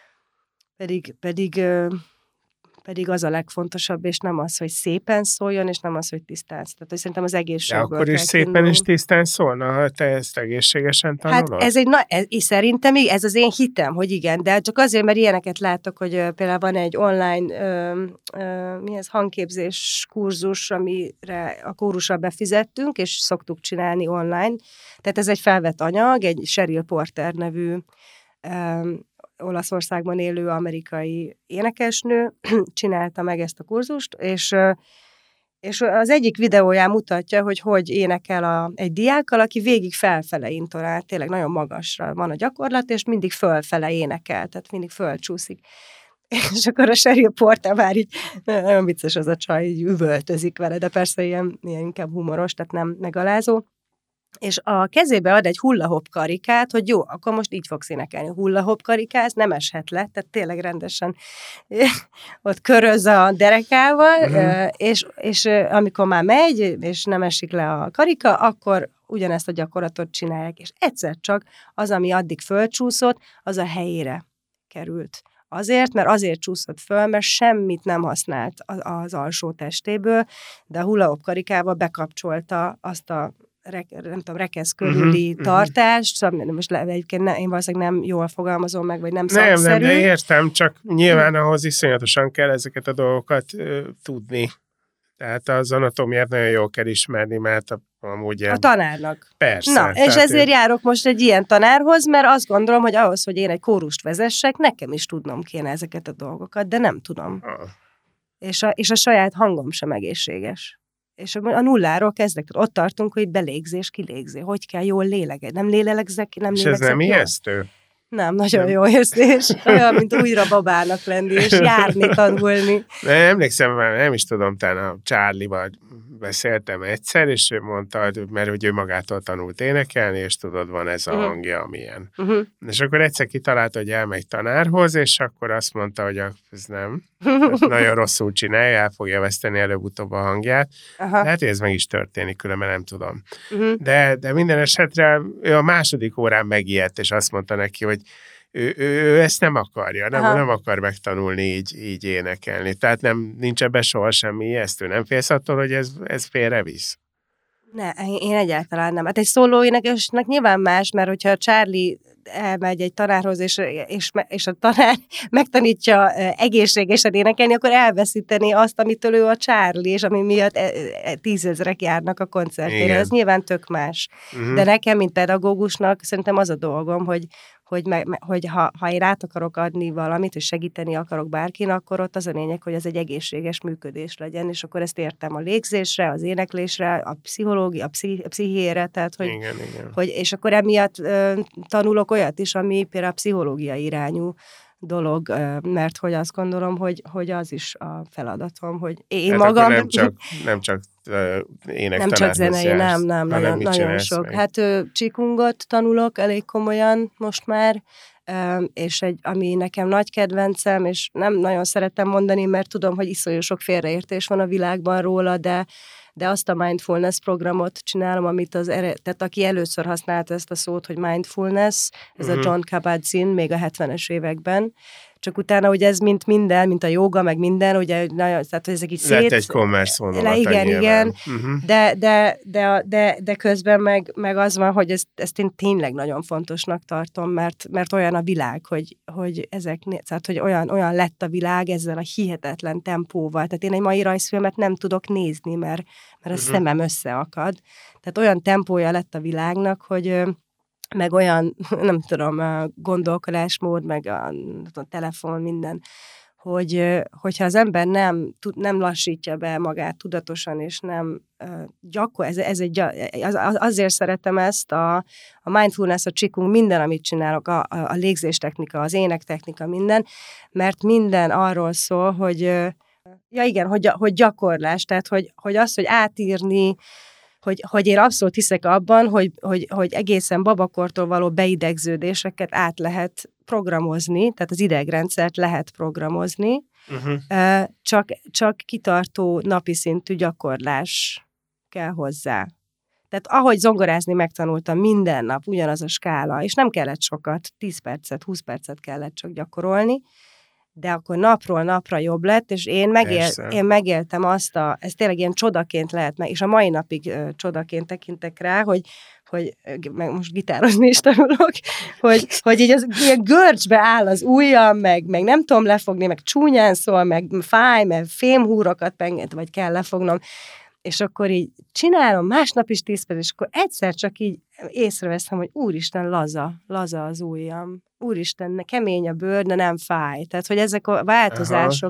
Pedig az a legfontosabb, és nem az, hogy szépen szóljon, és nem az, hogy tisztán. Tehát, hogy szerintem az egészségből de akkor is szépen és tisztán szólna, ha te ezt egészségesen tanulod? Hát szerintem ez az én hitem, hogy igen, de csak azért, mert ilyeneket látok, hogy például van egy online hangképzés kurzus, amire a kórusra befizettünk, és szoktuk csinálni online. Tehát ez egy felvett anyag, egy Cheryl Porter nevű Olaszországban élő amerikai énekesnő csinálta meg ezt a kurzust, és az egyik videóján mutatja, hogy énekel egy diákkal, aki végig felfele intonál, tényleg nagyon magasra van a gyakorlat, és mindig fölfele énekel, tehát mindig fölcsúszik. És akkor a Cheryl Porter már így, nagyon vicces az a csaj, így üvöltözik vele, de persze ilyen inkább humoros, tehát nem megalázó. És a kezébe ad egy hulla-hop karikát, hogy jó, akkor most így fogsz énekelni. Hulla-hop karikáz, nem eshet le, tehát tényleg rendesen ott köröz a derekával, és amikor már megy, és nem esik le a karika, akkor ugyanezt a gyakorlatot csinálják, és egyszer csak az, ami addig fölcsúszott, az a helyére került. Azért csúszott föl, mert semmit nem használt az alsó testéből, de a hulla-hop karikával bekapcsolta azt a rekesz körüli tartást, most egyébként én valószínűleg nem jól fogalmazom meg, vagy nem szakszerű. Nem, de értem, csak nyilván ahhoz iszonyatosan kell ezeket a dolgokat tudni. Tehát az anatómiát nagyon jól kell ismerni, mert amúgy a tanárnak. Persze. Na, és ezért járok most egy ilyen tanárhoz, mert azt gondolom, hogy ahhoz, hogy én egy kórust vezessek, nekem is tudnom kéne ezeket a dolgokat, de nem tudom. És a saját hangom sem egészséges. És a nulláról kezdek. Ott tartunk, hogy belégzés, kilégzés. Hogy kell jól lélegedni. Nem lélegzek, nem és lélegzek. És ez nem ijesztő? Nem, nagyon jó érzés. Olyan, mint újra babának lenni, és járni, tanulni. Emlékszem, nem is tudom, talán a Charlie-val beszéltem egyszer, és ő mondta, mert hogy ő magától tanult énekelni, és tudod, van ez a hangja, amilyen. És akkor egyszer kitalálta, hogy elmegy tanárhoz, és akkor azt mondta, hogy ez nem. Nagyon rosszul csinálja, el fogja veszteni előbb-utóbb a hangját. Lehet, hogy ez meg is történik, különben nem tudom. De minden esetre ő a második órán megijedt, és azt mondta neki, hogy ő ezt nem akarja, nem akar megtanulni így énekelni. Tehát nincs ebben soha semmi ijesztő. Nem félsz attól, hogy ez félrevisz? Ne, én egyáltalán nem. Hát egy szóló énekesnek nyilván más, mert hogyha a Charlie elmegy egy tanárhoz, és a tanár megtanítja egészségesen énekelni, akkor elveszíteni azt, amitől ő a Charlie, és ami miatt 10 000-ek járnak a koncertére. Ez nyilván tök más. De nekem, mint pedagógusnak, szerintem az a dolgom, hogy ha én át akarok adni valamit, és segíteni akarok bárkinek, akkor ott az a lényeg, hogy ez egy egészséges működés legyen, és akkor ezt értem a légzésre, az éneklésre, a pszichológia, a pszichére, tehát igen. És akkor emiatt tanulok olyat is, ami például a pszichológiai irányú dolog, mert hogy azt gondolom, hogy az is a feladatom, hogy én hát magam... Nem csak énektanárhoz nem csak zenei, nem, nagyon sok. Meg? Hát csikungot tanulok elég komolyan most már, és ami nekem nagy kedvencem, és nem nagyon szeretem mondani, mert tudom, hogy iszonyú sok félreértés van a világban róla, de azt a mindfulness programot csinálom, amit tehát aki először használta ezt a szót, hogy mindfulness, ez a John Kabat-Zinn még a 70-es években, csak utána ugye ez mint a jóga, meg minden, ugye nagyon, tehát ezek így lett egy commerce vonulat. Igen. De közben meg az van, hogy ezt én tényleg nagyon fontosnak tartom, mert olyan a világ, hogy ezeknél, tehát hogy olyan lett a világ ezzel a hihetetlen tempóval. Tehát én egy mai rajzfilmet nem tudok nézni, mert a szemem összeakad. Tehát olyan tempója lett a világnak, hogy meg olyan, nem tudom, gondolkodásmód, meg a telefon, minden, hogyha az ember nem lassítja be magát tudatosan, és nem azért szeretem ezt, a mindfulness, a qigong, minden, amit csinálok, a légzéstechnika, az énektechnika, minden, mert minden arról szól, hogy gyakorlás, tehát hogy az, hogy átírni, hogy én abszolút hiszek abban, hogy egészen babakortól való beidegződéseket át lehet programozni, tehát az idegrendszert lehet programozni, csak kitartó napi szintű gyakorlás kell hozzá. Tehát ahogy zongorázni megtanultam minden nap, ugyanaz a skála, és nem kellett sokat, 10 percet, 20 percet kellett csak gyakorolni, de akkor napról napra jobb lett, és én megéltem ez tényleg ilyen csodaként lehet meg, és a mai napig csodaként tekintek rá, hogy meg most gitározni is tanulok, hogy így az ilyen görcsbe áll az ujjam, meg nem tudom lefogni, meg csúnyán szól, meg fáj, meg fémhúrokat penget, vagy kell lefognom, és akkor így csinálom, másnap is 10 perc, és akkor egyszer csak így észreveszem, hogy úristen, laza az ujjam. Úristen, kemény a bőr, de nem fáj. Tehát, hogy ezek a változások,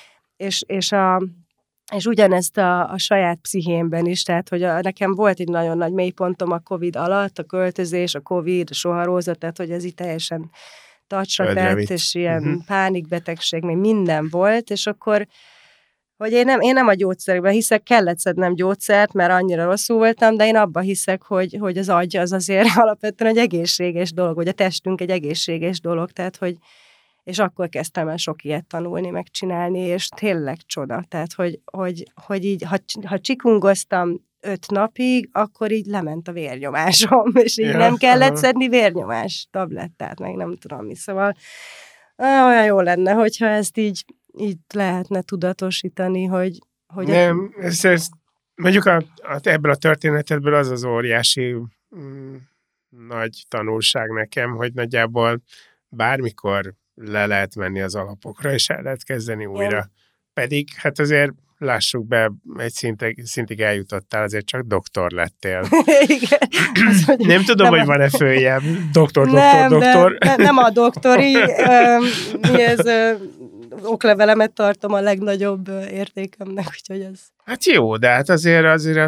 és ugyanezt a saját pszichémben is, tehát, hogy nekem volt egy nagyon nagy mélypontom a Covid alatt, a költözés, a Covid, a soharózat, tehát, hogy ez így teljesen tacsra tett, és ilyen pánikbetegség, még minden volt, és akkor hogy én nem a gyógyszerekben hiszek, kellett szednem gyógyszert, mert annyira rosszul voltam, de én abban hiszek, hogy az agy az azért alapvetően egy egészséges dolog, vagy a testünk egy egészséges dolog, tehát és akkor kezdtem el sok ilyet tanulni, megcsinálni, és tényleg csoda, tehát hogy így, ha csikungoztam 5 napig, akkor így lement a vérnyomásom, és így nem kellett szedni vérnyomás tablettát, meg nem tudom mi, szóval olyan jó lenne, hogyha ezt így lehetne tudatosítani, hogy nem, ez mondjuk ebből a történetedből az óriási nagy tanulság nekem, hogy nagyjából bármikor le lehet menni az alapokra, és el lehet kezdeni újra. Pedig hát azért lássuk be, egy szintig eljutottál, azért csak doktor lettél. Igen. Nem tudom, hogy van-e följebb. Doktor. Nem a doktori, mi ez, oklevelemet tartom a legnagyobb értékemnek, úgyhogy ez... Hát jó, de hát azért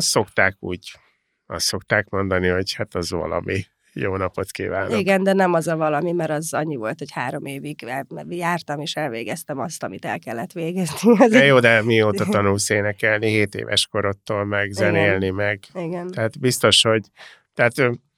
azt szokták mondani, hogy hát az valami. Jó napot kívánok. Igen, de nem az a valami, mert az annyi volt, hogy 3 évig jártam, és elvégeztem azt, amit el kellett végezni. De jó, de mióta tanulsz énekelni? 7 éves korodtól, meg zenélni, igen. meg... Igen. Tehát biztos, hogy... Tehát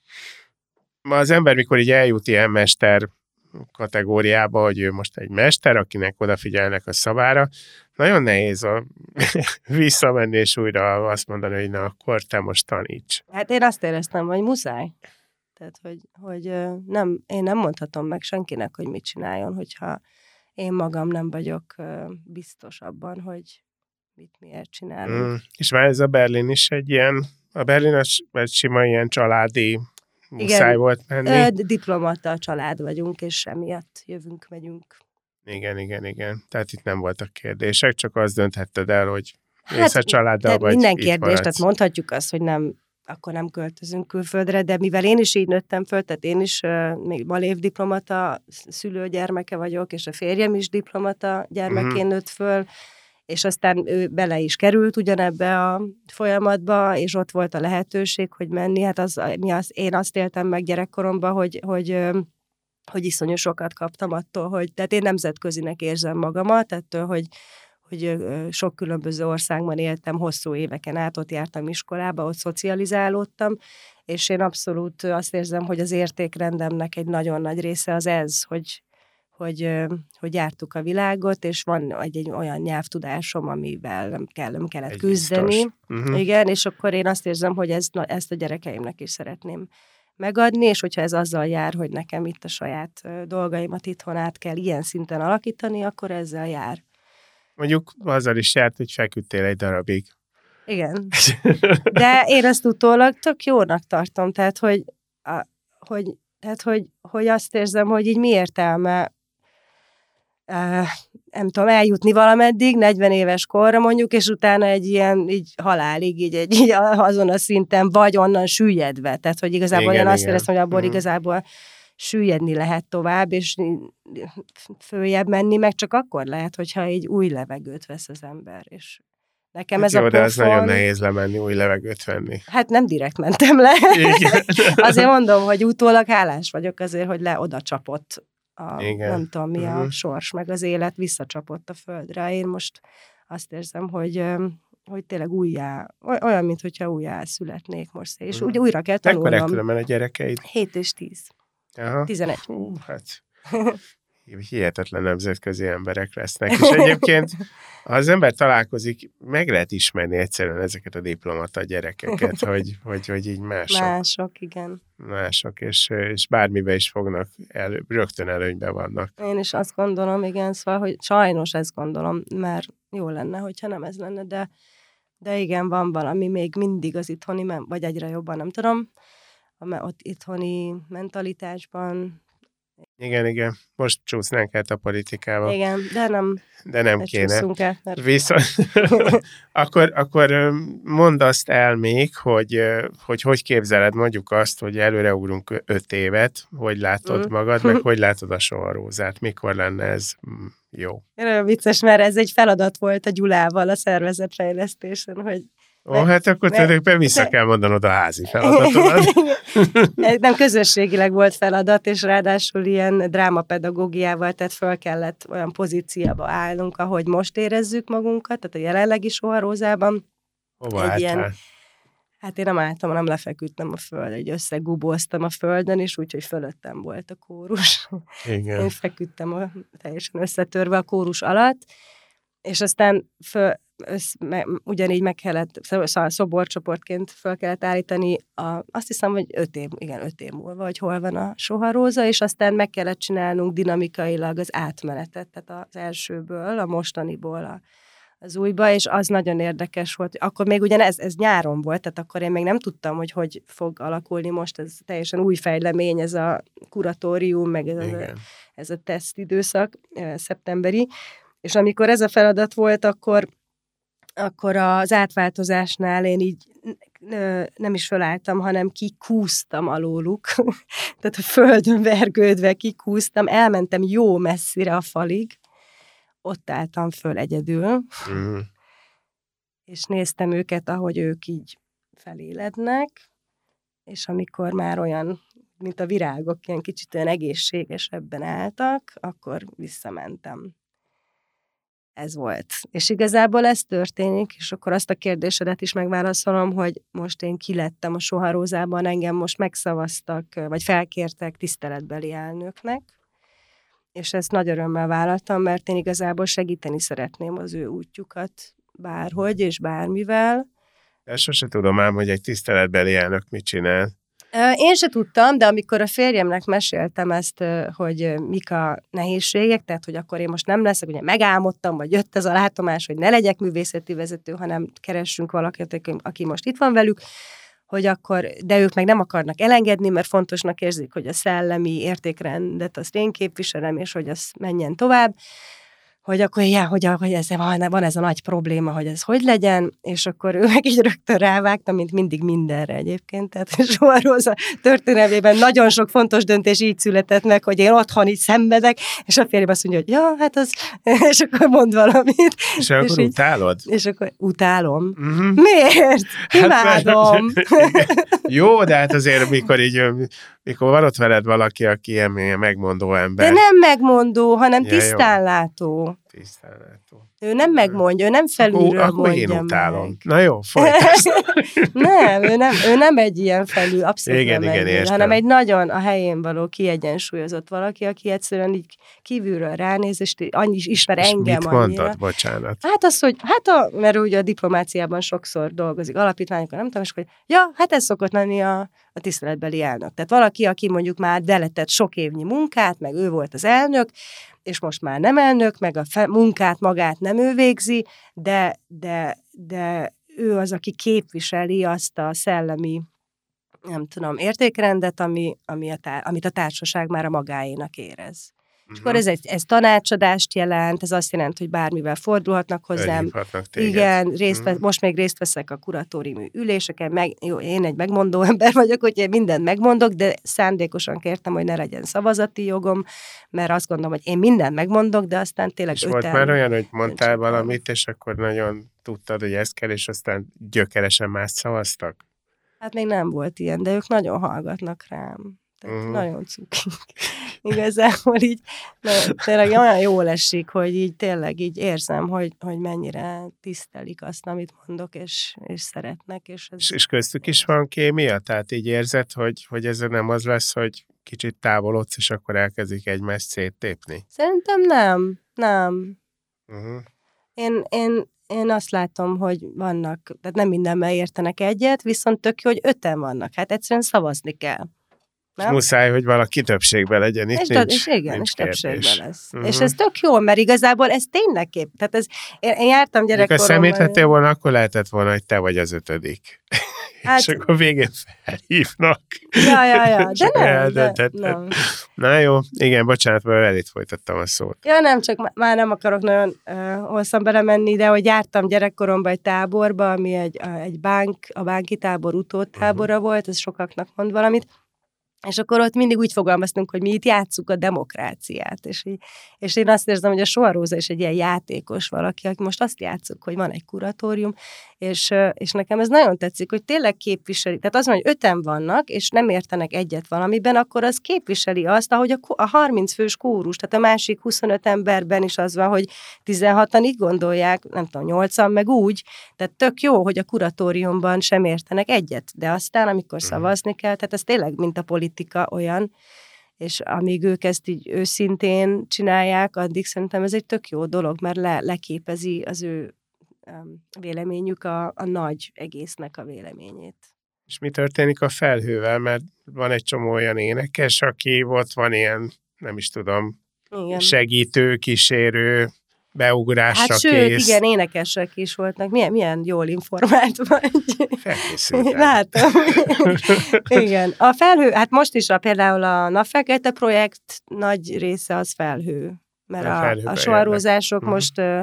az ember, mikor így eljut ilyen mester kategóriába, hogy ő most egy mester, akinek odafigyelnek a szavára, nagyon nehéz visszamenni, és újra azt mondani, hogy na, akkor te most taníts. Hát én azt éreztem, hogy muszáj. Tehát, hogy én nem mondhatom meg senkinek, hogy mit csináljon, hogyha én magam nem vagyok biztos abban, hogy mit miért csinálunk. És már ez a Berlin is egy ilyen, a Berlin az egy sima ilyen családi muszáj volt menni. Diplomata család vagyunk, és emiatt jövünk, megyünk. Igen. Tehát itt nem voltak kérdések, csak azt dönthetted el, hogy mész a családdal, vagy minden itt kérdés, maradsz. tehát mondhatjuk azt, hogy akkor nem költözünk külföldre, de mivel én is így nőttem föl, tehát én is még malév diplomata szülőgyermeke vagyok, és a férjem is diplomata gyermekén nőtt föl, és aztán ő bele is került ugyanebbe a folyamatba, és ott volt a lehetőség, hogy menni. Hát én azt éltem meg gyerekkoromban, hogy iszonyú sokat kaptam attól, tehát én nemzetközinek érzem magamat, ettől, hogy sok különböző országban éltem hosszú éveken át, ott jártam iskolába, ott szocializálódtam, és én abszolút azt érzem, hogy az értékrendemnek egy nagyon nagy része az ez, hogy jártuk a világot, és van egy olyan nyelvtudásom, amivel nem kellett küzdeni. Igen, és akkor én azt érzem, hogy ezt a gyerekeimnek is szeretném megadni, és hogyha ez azzal jár, hogy nekem itt a saját dolgaimat itthon át kell ilyen szinten alakítani, akkor ezzel jár. Mondjuk azzal is járt, hogy feküdtél egy darabig. Igen. De én ezt utólag tök jónak tartom, tehát hogy azt érzem, hogy így mi értelme nem tudom, eljutni valameddig, 40 éves korra mondjuk, és utána egy ilyen így halálig, így azon a szinten, vagy onnan süllyedve. Tehát, hogy igazából én azt éreztem, hogy abból igazából süllyedni lehet tovább, és följebb menni, meg csak akkor lehet, hogyha egy új levegőt vesz az ember, és nekem ez jó, a pofon... de ez nagyon nehéz lemenni, új levegőt venni. Hát nem direkt mentem le. Azért mondom, hogy utólag hálás vagyok azért, hogy oda csapott nem tudom mi a sors, meg az élet visszacsapott a földre. Én most azt érzem, hogy tényleg olyan, mintha újjá születnék most, és úgy újra kell tanulnom. Mekkora különben a gyerekeid? 7 és 10. Aha. 11. Hát hihetetlen nemzetközi emberek lesznek. És egyébként, ha az ember találkozik, meg lehet ismerni egyszerűen ezeket a diplomata gyerekeket, hogy így mások. Mások, igen. Mások, és bármibe is fognak, rögtön előnyben vannak. Én is azt gondolom, igen, szóval, hogy sajnos ezt gondolom, mert jó lenne, hogyha nem ez lenne, de igen, van valami még mindig az itthoni, vagy egyre jobban, nem tudom, ott itthoni mentalitásban. Igen. Most csúsznánk át a politikába. Igen, de nem kéne. Át, mert... Viszont akkor mondd azt el még, hogy képzeled mondjuk azt, hogy előreugrunk 5 évet, hogy látod magad, meg hogy látod a Soharózát, mikor lenne ez jó. Nagyon vicces, mert ez egy feladat volt a Gyulával a szervezetfejlesztésen, hogy hát akkor tulajdonképpen vissza kell mondanod a házi feladatodat. Nem közösségileg volt feladat, és ráadásul ilyen drámapedagógiával, tehát föl kellett olyan pozícióba állnunk, ahogy most érezzük magunkat, tehát a jelenlegi Soharózában. Hova álltál? Hát én nem álltam, hanem lefeküdtem a földön, így összegubóztam a földön, és úgyhogy fölöttem volt a kórus. Igen. Én feküdtem teljesen összetörve a kórus alatt, és aztán ugyanígy meg kellett, szoborcsoportként fel kellett állítani, azt hiszem, hogy 5 év múlva, hogy hol van a Soharóza, és aztán meg kellett csinálnunk dinamikailag az átmenetet, tehát az elsőből, a mostaniból az újba, és az nagyon érdekes volt. Akkor még ugyanez ez nyáron volt, tehát akkor én még nem tudtam, hogy fog alakulni most, ez teljesen új fejlemény, ez a kuratórium, meg ez a tesztidőszak, szeptemberi, és amikor ez a feladat volt, akkor akkor az átváltozásnál én így nem is fölálltam, hanem kikúztam alóluk. Tehát a földön vergődve kikúztam, elmentem jó messzire a falig, ott álltam föl egyedül, és néztem őket, ahogy ők így felélednek, és amikor már olyan, mint a virágok, ilyen kicsit olyan egészségesebben álltak, akkor visszamentem. Ez volt. És igazából ez történik, és akkor azt a kérdésedet is megválaszolom, hogy most én kilettem a Soharózában, engem most megszavaztak, vagy felkértek tiszteletbeli elnöknek, és ezt nagy örömmel vállaltam, mert én igazából segíteni szeretném az ő útjukat bárhogy és bármivel. De sose tudom ám, hogy egy tiszteletbeli elnök mit csinál. Én se tudtam, de amikor a férjemnek meséltem ezt, hogy mik a nehézségek, tehát, hogy akkor én most nem leszek, ugye megálmodtam, vagy jött ez a látomás, hogy ne legyek művészeti vezető, hanem keressünk valakit, aki most itt van velük, hogy akkor, de ők meg nem akarnak elengedni, mert fontosnak érzik, hogy a szellemi értékrendet azt én képviselem, és hogy az menjen tovább, hogy akkor, hogy ez van ez a nagy probléma, hogy ez hogy legyen, és akkor ő meg így rögtön rávágta, mint mindig mindenre egyébként, tehát Soharóza történelmében nagyon sok fontos döntés így született meg, hogy én otthon így szenvedek, és a férjem azt mondja, hogy ja, hát az, és akkor mond valamit. És akkor így, utálod? És akkor utálom. Miért? Imádom. Jó, de hát azért, mikor van ott veled valaki, aki ilyen megmondó ember. De nem megmondó, hanem tisztánlátó. Tisztánlátó. Ő nem megmondja, ő nem felülről akkor mondja én utálom. meg. Na jó, folytasd. Nem, ő nem egy ilyen felül, abszolút igen, nem egy, hanem egy nagyon a helyén való kiegyensúlyozott valaki, aki egyszerűen így kívülről ránéz, és annyi is ismer és engem mit annyira. mondtad, bocsánat? Hát az, hogy mert ugye a diplomáciában sokszor dolgozik alapítványokon, nem tudom, és hogy ja, hát ez szokott lenni a tiszteletbeli elnök. Tehát valaki, aki mondjuk már beletett sok évnyi munkát, meg ő volt az elnök, és most már nem elnök, meg a munkát magát nem ő végzi, de ő az, aki képviseli azt a szellemi, nem tudom, értékrendet, amit a társaság már a magáénak érez. És akkor ez tanácsadást jelent, ez azt jelenti, hogy bármivel fordulhatnak hozzám. Igen, most még részt veszek a kuratóriumi üléseken, én egy megmondó ember vagyok, hogy én mindent megmondok, de szándékosan kértem, hogy ne legyen szavazati jogom, mert azt gondolom, hogy én mindent megmondok, de aztán tényleg és volt már olyan, hogy mondtál valamit, és akkor nagyon tudtad, hogy ezt kell, és aztán gyökeresen más szavaztak? Hát még nem volt ilyen, de ők nagyon hallgatnak rám. Tehát nagyon cukik. Igazából így tényleg olyan jól esik, hogy így tényleg így érzem, hogy mennyire tisztelik azt, amit mondok, és szeretnek. És köztük is van kémia? Tehát így érzed, hogy ez nem az lesz, hogy kicsit távolodsz, és akkor elkezdik egymást széttépni? Szerintem nem. Én azt látom, hogy vannak, tehát nem mindenben értenek egyet, viszont tök jó, hogy 5-en vannak. Hát egyszerűen szavazni kell. Nem? Muszáj, hogy valaki többségben legyen. Itt és többségben lesz. És ez tök jó, mert igazából ez tényleg tehát én jártam gyerekkoromban. Ha szemét lettél volna, akkor lehetett volna, hogy te vagy az 5. Hát, és akkor végén felhívnak. Ja, de nem. Na jó, igen, bocsánat, mert elét folytattam a szót. Ja, nem, csak már nem akarok nagyon hosszan belemenni, de hogy jártam gyerekkoromban egy táborba, ami a bánki tábor utódtábora volt, ez sokaknak mond valamit, és akkor ott mindig úgy fogalmaztunk, hogy mi itt játsszuk a demokráciát. És én azt érzem, hogy a Soharóza is egy ilyen játékos valaki, aki most azt játsszuk, hogy van egy kuratórium, és nekem ez nagyon tetszik, hogy tényleg képviseli. Tehát az van, hogy 5-en vannak, és nem értenek egyet valamiben, akkor az képviseli azt, ahogy a 30 fős kórus, tehát a másik 25 emberben is az van, hogy 16-an így gondolják, nem tudom, 8-an meg úgy. Tehát tök jó, hogy a kuratóriumban sem értenek egyet, de aztán, amikor szavazni kell, tehát ez tényleg, mint a politika olyan, és amíg ők ezt így őszintén csinálják, addig szerintem ez egy tök jó dolog, mert leképezi az ő véleményük a nagy egésznek a véleményét. És mi történik a felhővel? Mert van egy csomó olyan énekes, aki ott van ilyen, nem is tudom, igen, segítő, kísérő, beugrásra hát kész. Sőt, igen, énekesek is voltak. Milyen jól informált vagy. Felkészültem. Látom. Igen. A felhő, hát most is például a Napfekete projekt nagy része az felhő. Mert a soharózások most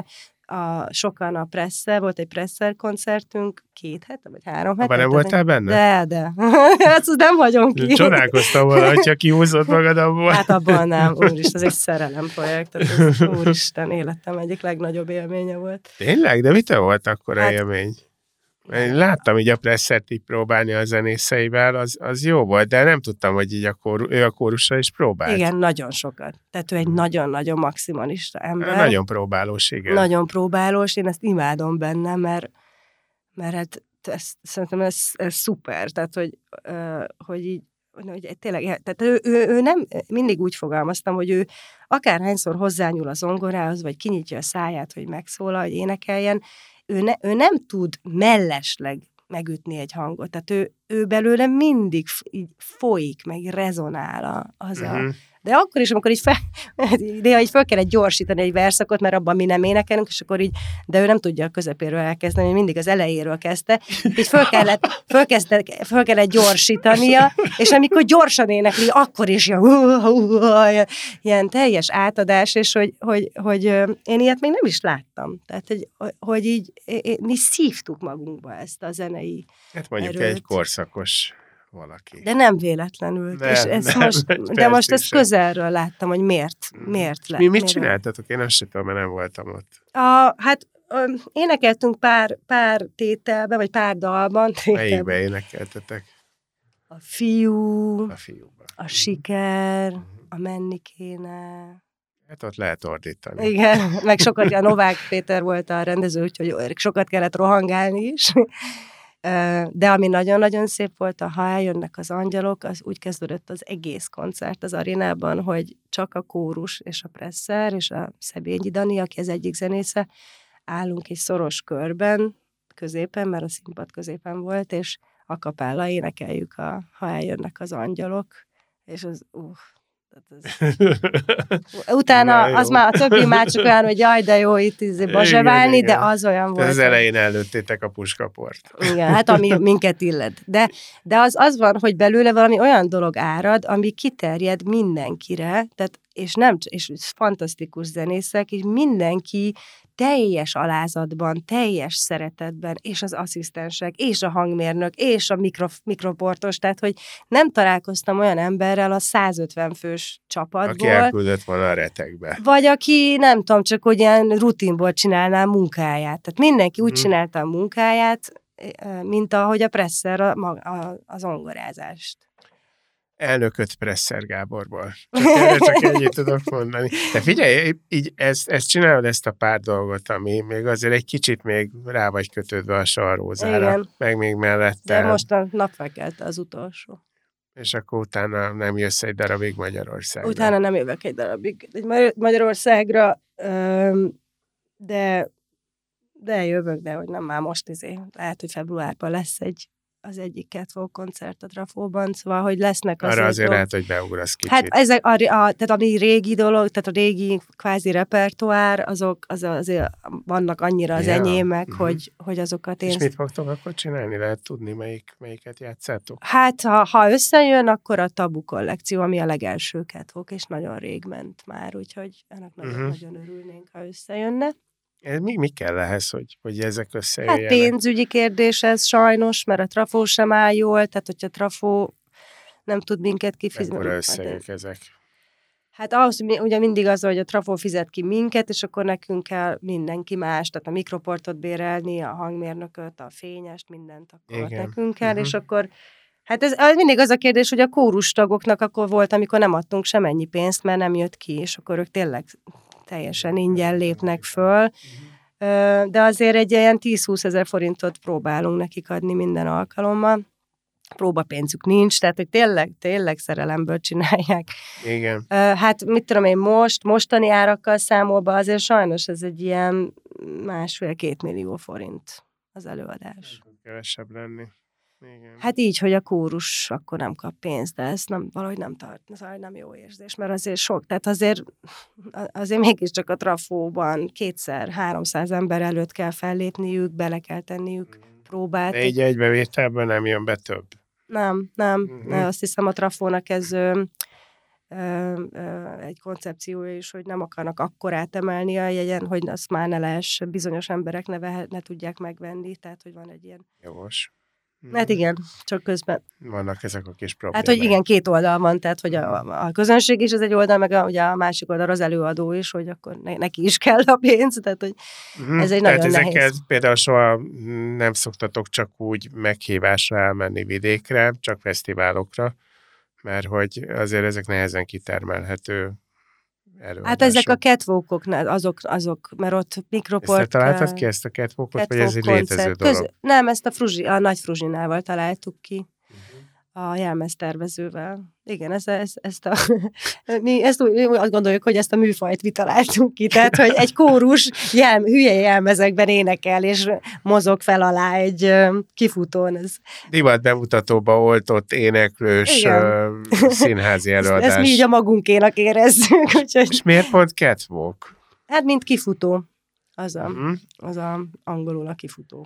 sokan a Presser, volt egy Presser koncertünk 2 hete, vagy 3 hete. Abban nem voltál benne? De. Ezt nem hagyom ki. Csodálkoztam volna, hogyha kihúzott magad abból. Hát abban nem. Úristen, ez egy szerelem projekt. Ez, úristen, életem egyik legnagyobb élménye volt. Tényleg? De mitől volt akkor a élmény? Én láttam így a Pressert így próbálni a zenészeivel, az jó volt, de nem tudtam, hogy így ő a kórusra is próbált. Igen, nagyon sokat. Tehát ő egy nagyon-nagyon maximalista ember. Nagyon próbálós, igen. Nagyon próbálós, én ezt imádom benne, mert hát szerintem ez szuper, tehát hogy így hogy tényleg, tehát ő nem, mindig úgy fogalmaztam, hogy ő akárhányszor hozzányúl a zongorához, vagy kinyitja a száját, hogy megszólal, hogy énekeljen, ő nem tud mellesleg megütni egy hangot. Tehát ő belőle mindig így folyik, meg rezonál de akkor is, amikor így néha így föl kellett gyorsítani egy verszakot, mert abban mi nem énekelünk, és akkor így, de ő nem tudja a közepéről elkezdeni, mindig az elejéről kezdte, így föl kellett gyorsítania, és amikor gyorsan énekli, akkor is ilyen teljes átadás, és hogy én ilyet még nem is láttam. Tehát, hogy így mi szívtuk magunkba ezt a zenei hát mondjuk erőt. Egy korszakos valaki. De nem véletlenül. De most ezt közelről láttam, hogy miért lett. Mit csináltatok? Én azt sem tudom, mert nem voltam ott. Énekeltünk pár tételben, vagy pár dalban. Melyikbe énekeltetek? A fiú, A siker, a menni kéne. Hát ott lehet ordítani. Igen, meg sokat, a Novák Péter volt a rendező, úgyhogy sokat kellett rohangálni is. De ami nagyon-nagyon szép volt, ha eljönnek az angyalok, az úgy kezdődött az egész koncert az arénában, hogy csak a kórus és a Presser és a Szebényi Dani, aki az egyik zenésze, állunk egy szoros körben, középen, mert a színpad középen volt, és a cappella énekeljük ha eljönnek az angyalok, és az utána az már a többi már csak olyan, hogy jaj, de jó itt bazseválni, de az olyan volt. Az elején előttétek a puskaport. Igen, hát ami minket illet. De az van, hogy belőle valami olyan dolog árad, ami kiterjed mindenkire, tehát, és fantasztikus zenészek, és mindenki teljes alázatban, teljes szeretetben, és az asszisztensek, és a hangmérnök, és a mikroportos, tehát, hogy nem találkoztam olyan emberrel a 150 fős csapatból. Aki elküldött volna a retekbe. Vagy aki, nem tudom, csak hogy ilyen rutinból csinálná a munkáját. Tehát mindenki úgy csinálta a munkáját, mint ahogy a Presser az zongorázást. Elnököt Presser Gáborból. Csak ennyit tudok mondani. De figyelj, így ezt csinálod, ezt a pár dolgot, ami még azért egy kicsit még rá vagy kötődve a Salrózára. Igen. Meg még mellette. De most a napfekete az utolsó. És akkor utána nem jössz egy darabig Magyarországra. Utána nem jövök egy darabig Magyarországra, de jövök, de hogy nem már most lehet, hogy februárban lesz az egyik Catwalk koncert a Trafóban, szóval, hogy lesznek arra azért lehet, hogy beugrasz kicsit. Hát ezek tehát ami régi dolog, tehát a régi kvázi repertoár, azok azért vannak annyira az enyémek, hogy azokat én... És mit fogtok akkor csinálni? Lehet tudni, melyiket játszátok? Hát, ha összejön, akkor a Tabu kollekció, ami a legelső Catwalk, és nagyon rég ment már, úgyhogy ennek nagyon örülnénk, ha összejönne. Mi kell ehhez, hogy ezek összejöjjenek? Hát pénzügyi kérdés ez sajnos, mert a Trafó sem áll jól, tehát hogyha Trafó nem tud minket kifizetni. Mekkora összegek ezek? Hát ahhoz, ugye mindig az, hogy a Trafó fizet ki minket, és akkor nekünk kell mindenki más, tehát a mikroportot bérelni, a hangmérnököt, a fényest, mindent akkor nekünk kell, és akkor hát ez mindig az a kérdés, hogy a kórustagoknak akkor volt, amikor nem adtunk semennyi pénzt, mert nem jött ki, és akkor ők tényleg teljesen ingyen lépnek föl, de azért egy ilyen 10-20 ezer forintot próbálunk nekik adni minden alkalommal. Próbapénzük nincs, tehát hogy tényleg szerelemből csinálják. Igen. Hát mit tudom én mostani árakkal számolva azért sajnos ez egy ilyen 1,5-2 millió forint az előadás. Kevesebb lenni. Igen. Hát így, hogy a kórus akkor nem kap pénzt, de ez valahogy nem nem jó érzés, mert azért sok, tehát azért mégiscsak a Trafóban 200-300 ember előtt kell fellépniük, bele kell tenniük próbát. De így egybevételből nem jön be több. Nem, azt hiszem a Trafónak ez egy koncepciója is, hogy nem akarnak akkorát emelni a jegyen, hogy azt már ne lehessen, bizonyos emberek ne tudják megvenni, tehát hogy van egy ilyen... Jogos. Hát igen, csak közben. Vannak ezek a kis problémák. Hát, hogy igen, két oldal van, tehát, hogy a közönség is az egy oldal, meg ugye a másik oldal az előadó is, hogy akkor neki is kell a pénz, tehát, hogy ez egy nagyon ezeket nehéz. például soha nem szoktatok csak úgy meghívásra elmenni vidékre, csak fesztiválokra, mert hogy azért ezek nehezen kitermelhető előadások. Hát ezek a catwalkoknál, azok, mert ott mikroport... Ezt te találtad ki, ezt a catwalkot, vagy ez egy létező dolog? Nem, ezt a Nagy Fruzsinával találtuk ki. A jelmeztervezővel. Igen, mi ezt úgy azt gondoljuk, hogy ezt a műfajt mi találtunk ki, tehát, hogy egy kórus hülye jelmezekben énekel, és mozog fel alá egy kifutón. Divat bemutatóba oltott éneklős színházi előadás. Ezt mi így a magunkénak érezzük. Úgyhogy... És miért pont catwalk? Hát, mint kifutó. Az a angolul a kifutó.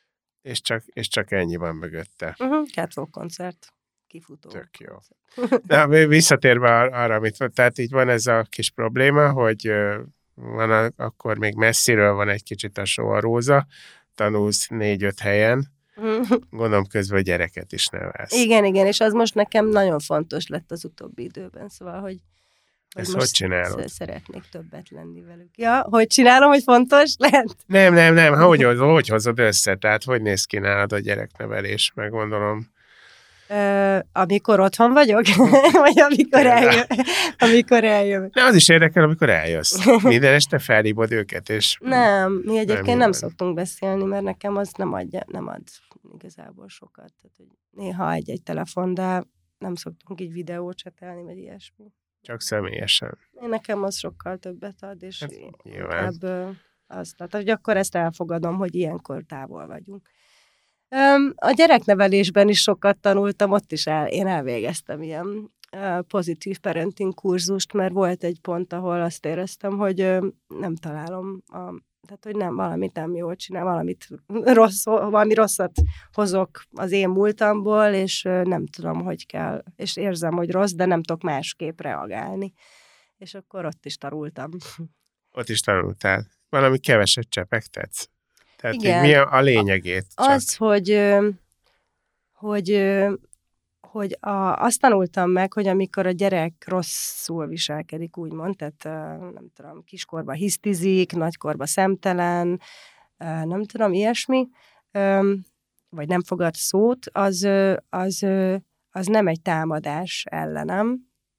És csak ennyi van mögötte. Catwalk koncert. Kifutó. Tök jó. De visszatérve arra, amit tehát így van ez a kis probléma, hogy van akkor még messziről van egy kicsit a sóaróza, tanulsz 4-5 helyen, gondolom közben, hogy gyereket is nevelsz. Igen, és az most nekem nagyon fontos lett az utóbbi időben, szóval, hogy ezt hogy csinálod? Szeretnék többet lenni velük. Ja, hogy csinálom, hogy fontos lehet? Nem, hogy hozod össze? Tehát hogy néz ki nálad a gyereknevelés, meg gondolom. Amikor otthon vagyok? Vagy amikor eljövök? De az is érdekel, amikor eljössz. Minden este felhívod őket, és... Nem, mi egyébként nem szoktunk beszélni, mert nekem az nem ad igazából sokat. Tehát, hogy néha egy tehát nem szoktunk így videócsetelni, vagy ilyesmi. Csak személyesen. Nekem az sokkal többet ad, és hát, ebből tehát, hogy akkor ezt elfogadom, hogy ilyenkor távol vagyunk. A gyereknevelésben is sokat tanultam, ott is én elvégeztem ilyen pozitív parenting kurzust, mert volt egy pont, ahol azt éreztem, hogy nem találom, tehát hogy valamit nem jól csinál, valami rosszat hozok az én múltamból, és nem tudom, hogy kell, és érzem, hogy rossz, de nem tudok másképp reagálni. És akkor ott is tanultam. Ott is tanultál. Valami keveset csepegtetsz? Tehát igen, mi a lényegét? Csak? Az, hogy azt tanultam meg, hogy amikor a gyerek rosszul viselkedik, úgymond, tehát nem tudom, kiskorba hisztizik, nagykorba szemtelen, nem tudom, ilyesmi, vagy nem fogad szót, az nem egy támadás ellenem,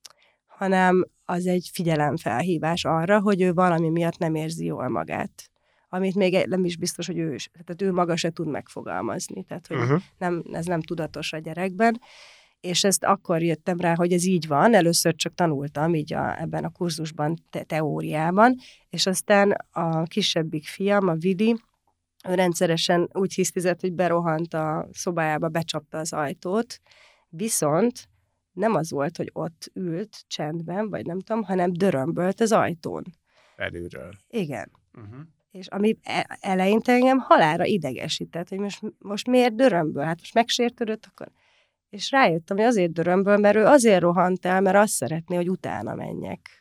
hanem az egy figyelemfelhívás arra, hogy ő valami miatt nem érzi jól magát. Amit még nem is biztos, hogy tehát ő maga se tud megfogalmazni, tehát hogy ez nem tudatos a gyerekben, és ezt akkor jöttem rá, hogy ez így van, először csak tanultam így ebben a kurzusban, teóriában, és aztán a kisebbik fiam, a Vili, ő rendszeresen úgy hisztizett, hogy berohant a szobájába, becsapta az ajtót, viszont nem az volt, hogy ott ült csendben, vagy nem tudom, hanem dörömbölt az ajtón. Belülről. Igen. És ami eleinte engem halálra idegesített, hogy most miért dörömböl? Hát most megsértődött, akkor... És rájöttem, hogy azért dörömböl, mert ő azért rohant el, mert azt szeretné, hogy utána menjek.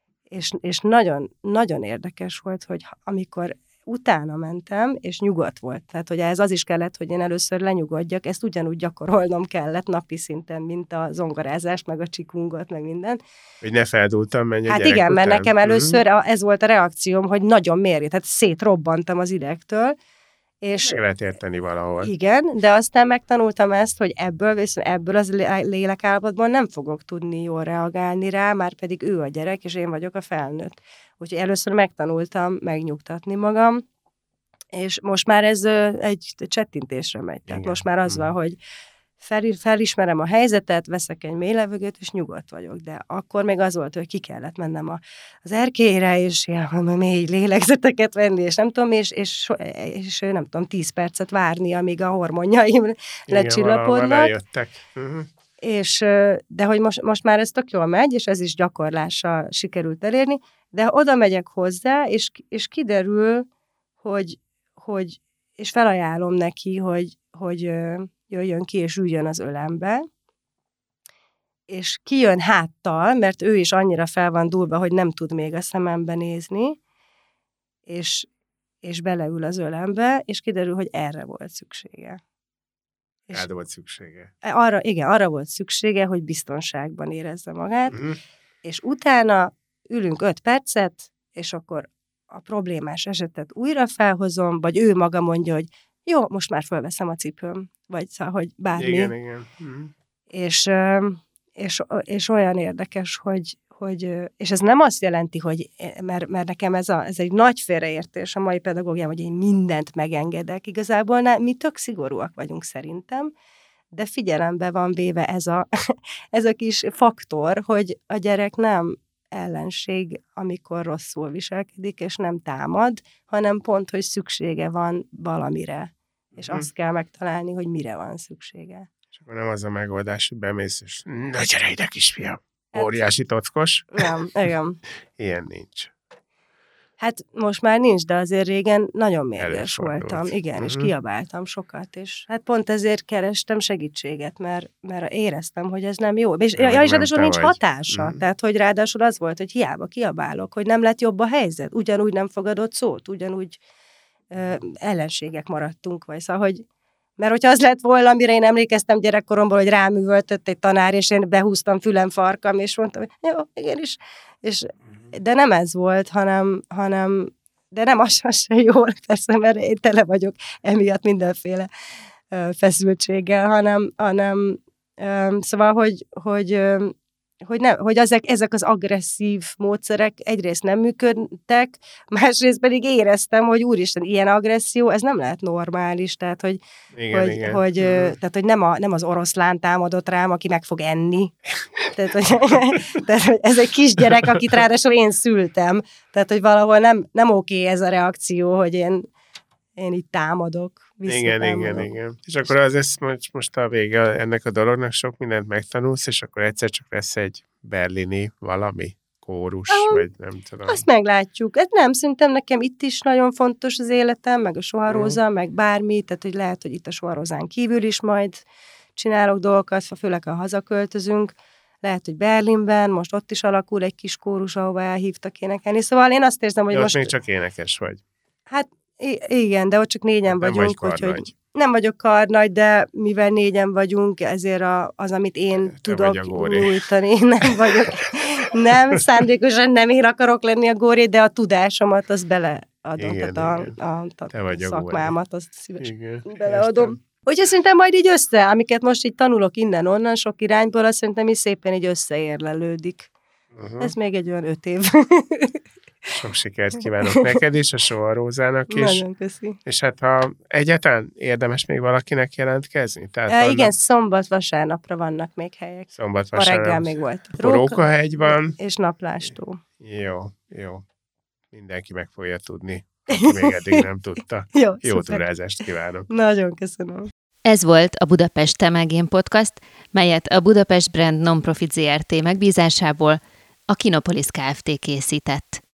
És nagyon, nagyon érdekes volt, hogy amikor utána mentem, és nyugodt volt. Tehát, hogy ez az is kellett, hogy én először lenyugodjak, ezt ugyanúgy gyakorolnom kellett napi szinten, mint a zongorázást, meg a csikungot, meg minden. Hogy ne feldúltam, menj a hát gyerek igen, után. mert nekem először ez volt a reakcióm, hogy nagyon mérjét, tehát szétrobbantam az idegtől, és meg lehet érteni valahol. Igen, de aztán megtanultam ezt, hogy ebből az lélekállapotból nem fogok tudni jól reagálni rá, már pedig ő a gyerek, és én vagyok a felnőtt. Úgyhogy először megtanultam megnyugtatni magam, és most már ez egy csettintésre megy. Tehát most már az van, hogy felismerem a helyzetet, veszek egy mély levegőt, és nyugodt vagyok. De akkor még az volt, hogy ki kellett mennem az erkélyre, és mély lélegzeteket venni, és nem tudom, és nem tudom, 10 percet várni, amíg a hormonjaim lecsillapodnak. De hogy most már ez tök jól megy, és ez is gyakorlással sikerült elérni, de oda megyek hozzá, és kiderül, hogy és felajánlom neki, hogy jöjjön ki, és üljön az ölembe, és kijön háttal, mert ő is annyira fel van dúlva, hogy nem tud még a szemembe nézni, és beleül az ölembe, és kiderül, hogy erre volt szüksége. Erre volt szüksége. Arra volt szüksége, hogy biztonságban érezze magát, és utána ülünk 5 percet, és akkor a problémás esetet újra felhozom, vagy ő maga mondja, hogy jó, most már fölveszem a cipőm, vagy szóval, hogy bármi. Igen. És olyan érdekes, hogy és ez nem azt jelenti, hogy, mert nekem ez egy nagy félreértés a mai pedagógiában, hogy én mindent megengedek. Igazából mi tök szigorúak vagyunk szerintem, de figyelembe van véve ez a kis faktor, hogy a gyerek nem ellenség, amikor rosszul viselkedik, és nem támad, hanem pont, hogy szüksége van valamire. És azt kell megtalálni, hogy mire van szüksége. És akkor nem az a megoldás, hogy bemész, és na gyere ide, kisfiam! Óriási tockos. Nem, igen. Ilyen nincs. Hát most már nincs, de azért régen nagyon mérges voltam. Igen, és kiabáltam sokat, és hát pont ezért kerestem segítséget, mert éreztem, hogy ez nem jó. És ráadásul nincs hatása. Tehát, hogy ráadásul az volt, hogy hiába kiabálok, hogy nem lett jobb a helyzet. Ugyanúgy nem fogadott szót, ugyanúgy ellenségek maradtunk, vagy szóval, hogy mert hogyha az lett volna, amire én emlékeztem gyerekkoromból, hogy rám üvöltött egy tanár, és én behúztam fülem farkam, és mondtam, hogy jó, igenis. De nem ez volt, hanem de nem az sem jól, persze, mert én tele vagyok emiatt mindenféle feszültséggel, hanem szóval, hogy ezek az agresszív módszerek egyrészt nem működtek, másrészt pedig éreztem, hogy úristen, ilyen agresszió, ez nem lehet normális, tehát, hogy nem az oroszlán támadott rám, aki meg fog enni. Tehát, hogy ez egy kisgyerek, akit ráadásul én szültem. Tehát, hogy valahol nem oké ez a reakció, hogy én így támadok. Igen. És akkor az most a vége ennek a dolognak, sok mindent megtanulsz, és akkor egyszer csak lesz egy berlini valami kórus, vagy nem tudom. Azt meglátjuk. Ez nem, szerintem nekem itt is nagyon fontos az életem, meg a Soharóza, meg bármi, tehát hogy lehet, hogy itt a Soharózán kívül is majd csinálok dolgokat, főleg ha hazaköltözünk. Lehet, hogy Berlinben, most ott is alakul egy kis kórus, ahova elhívtak énekelni. Szóval én azt érzem, hogy most még csak énekes vagy. Hát igen, de ott csak 4-en nem vagyunk, úgyhogy nem vagyok karnagy, de mivel 4-en vagyunk, ezért az, amit én tudok nyújtani, nem vagyok. Nem, szándékosan nem én akarok lenni a góri, de a tudásomat azt beleadom, igen, tehát a szakmámat azt szívesen beleadom. Úgyhogy szerintem majd így amiket most így tanulok innen-onnan, sok irányból, azt szerintem így szépen így összeérlelődik. Ez még egy olyan 5 év. Sok sikert kívánok neked is, a Soharózának is. Nagyon köszi. És hát ha egyáltalán érdemes még valakinek jelentkezni? Tehát igen, szombat-vasárnapra vannak még helyek. Szombat-vasárnap. A reggel még volt. Rókahegy van. És Naplástó. Jó. Mindenki meg fogja tudni, aki még eddig nem tudta. Jó túrázást kívánok. Nagyon köszönöm. Ez volt a Budapest Te meg én podcast, melyet a Budapest Brand Nonprofit Zrt. Megbízásából a Kinopolis Kft. Készített.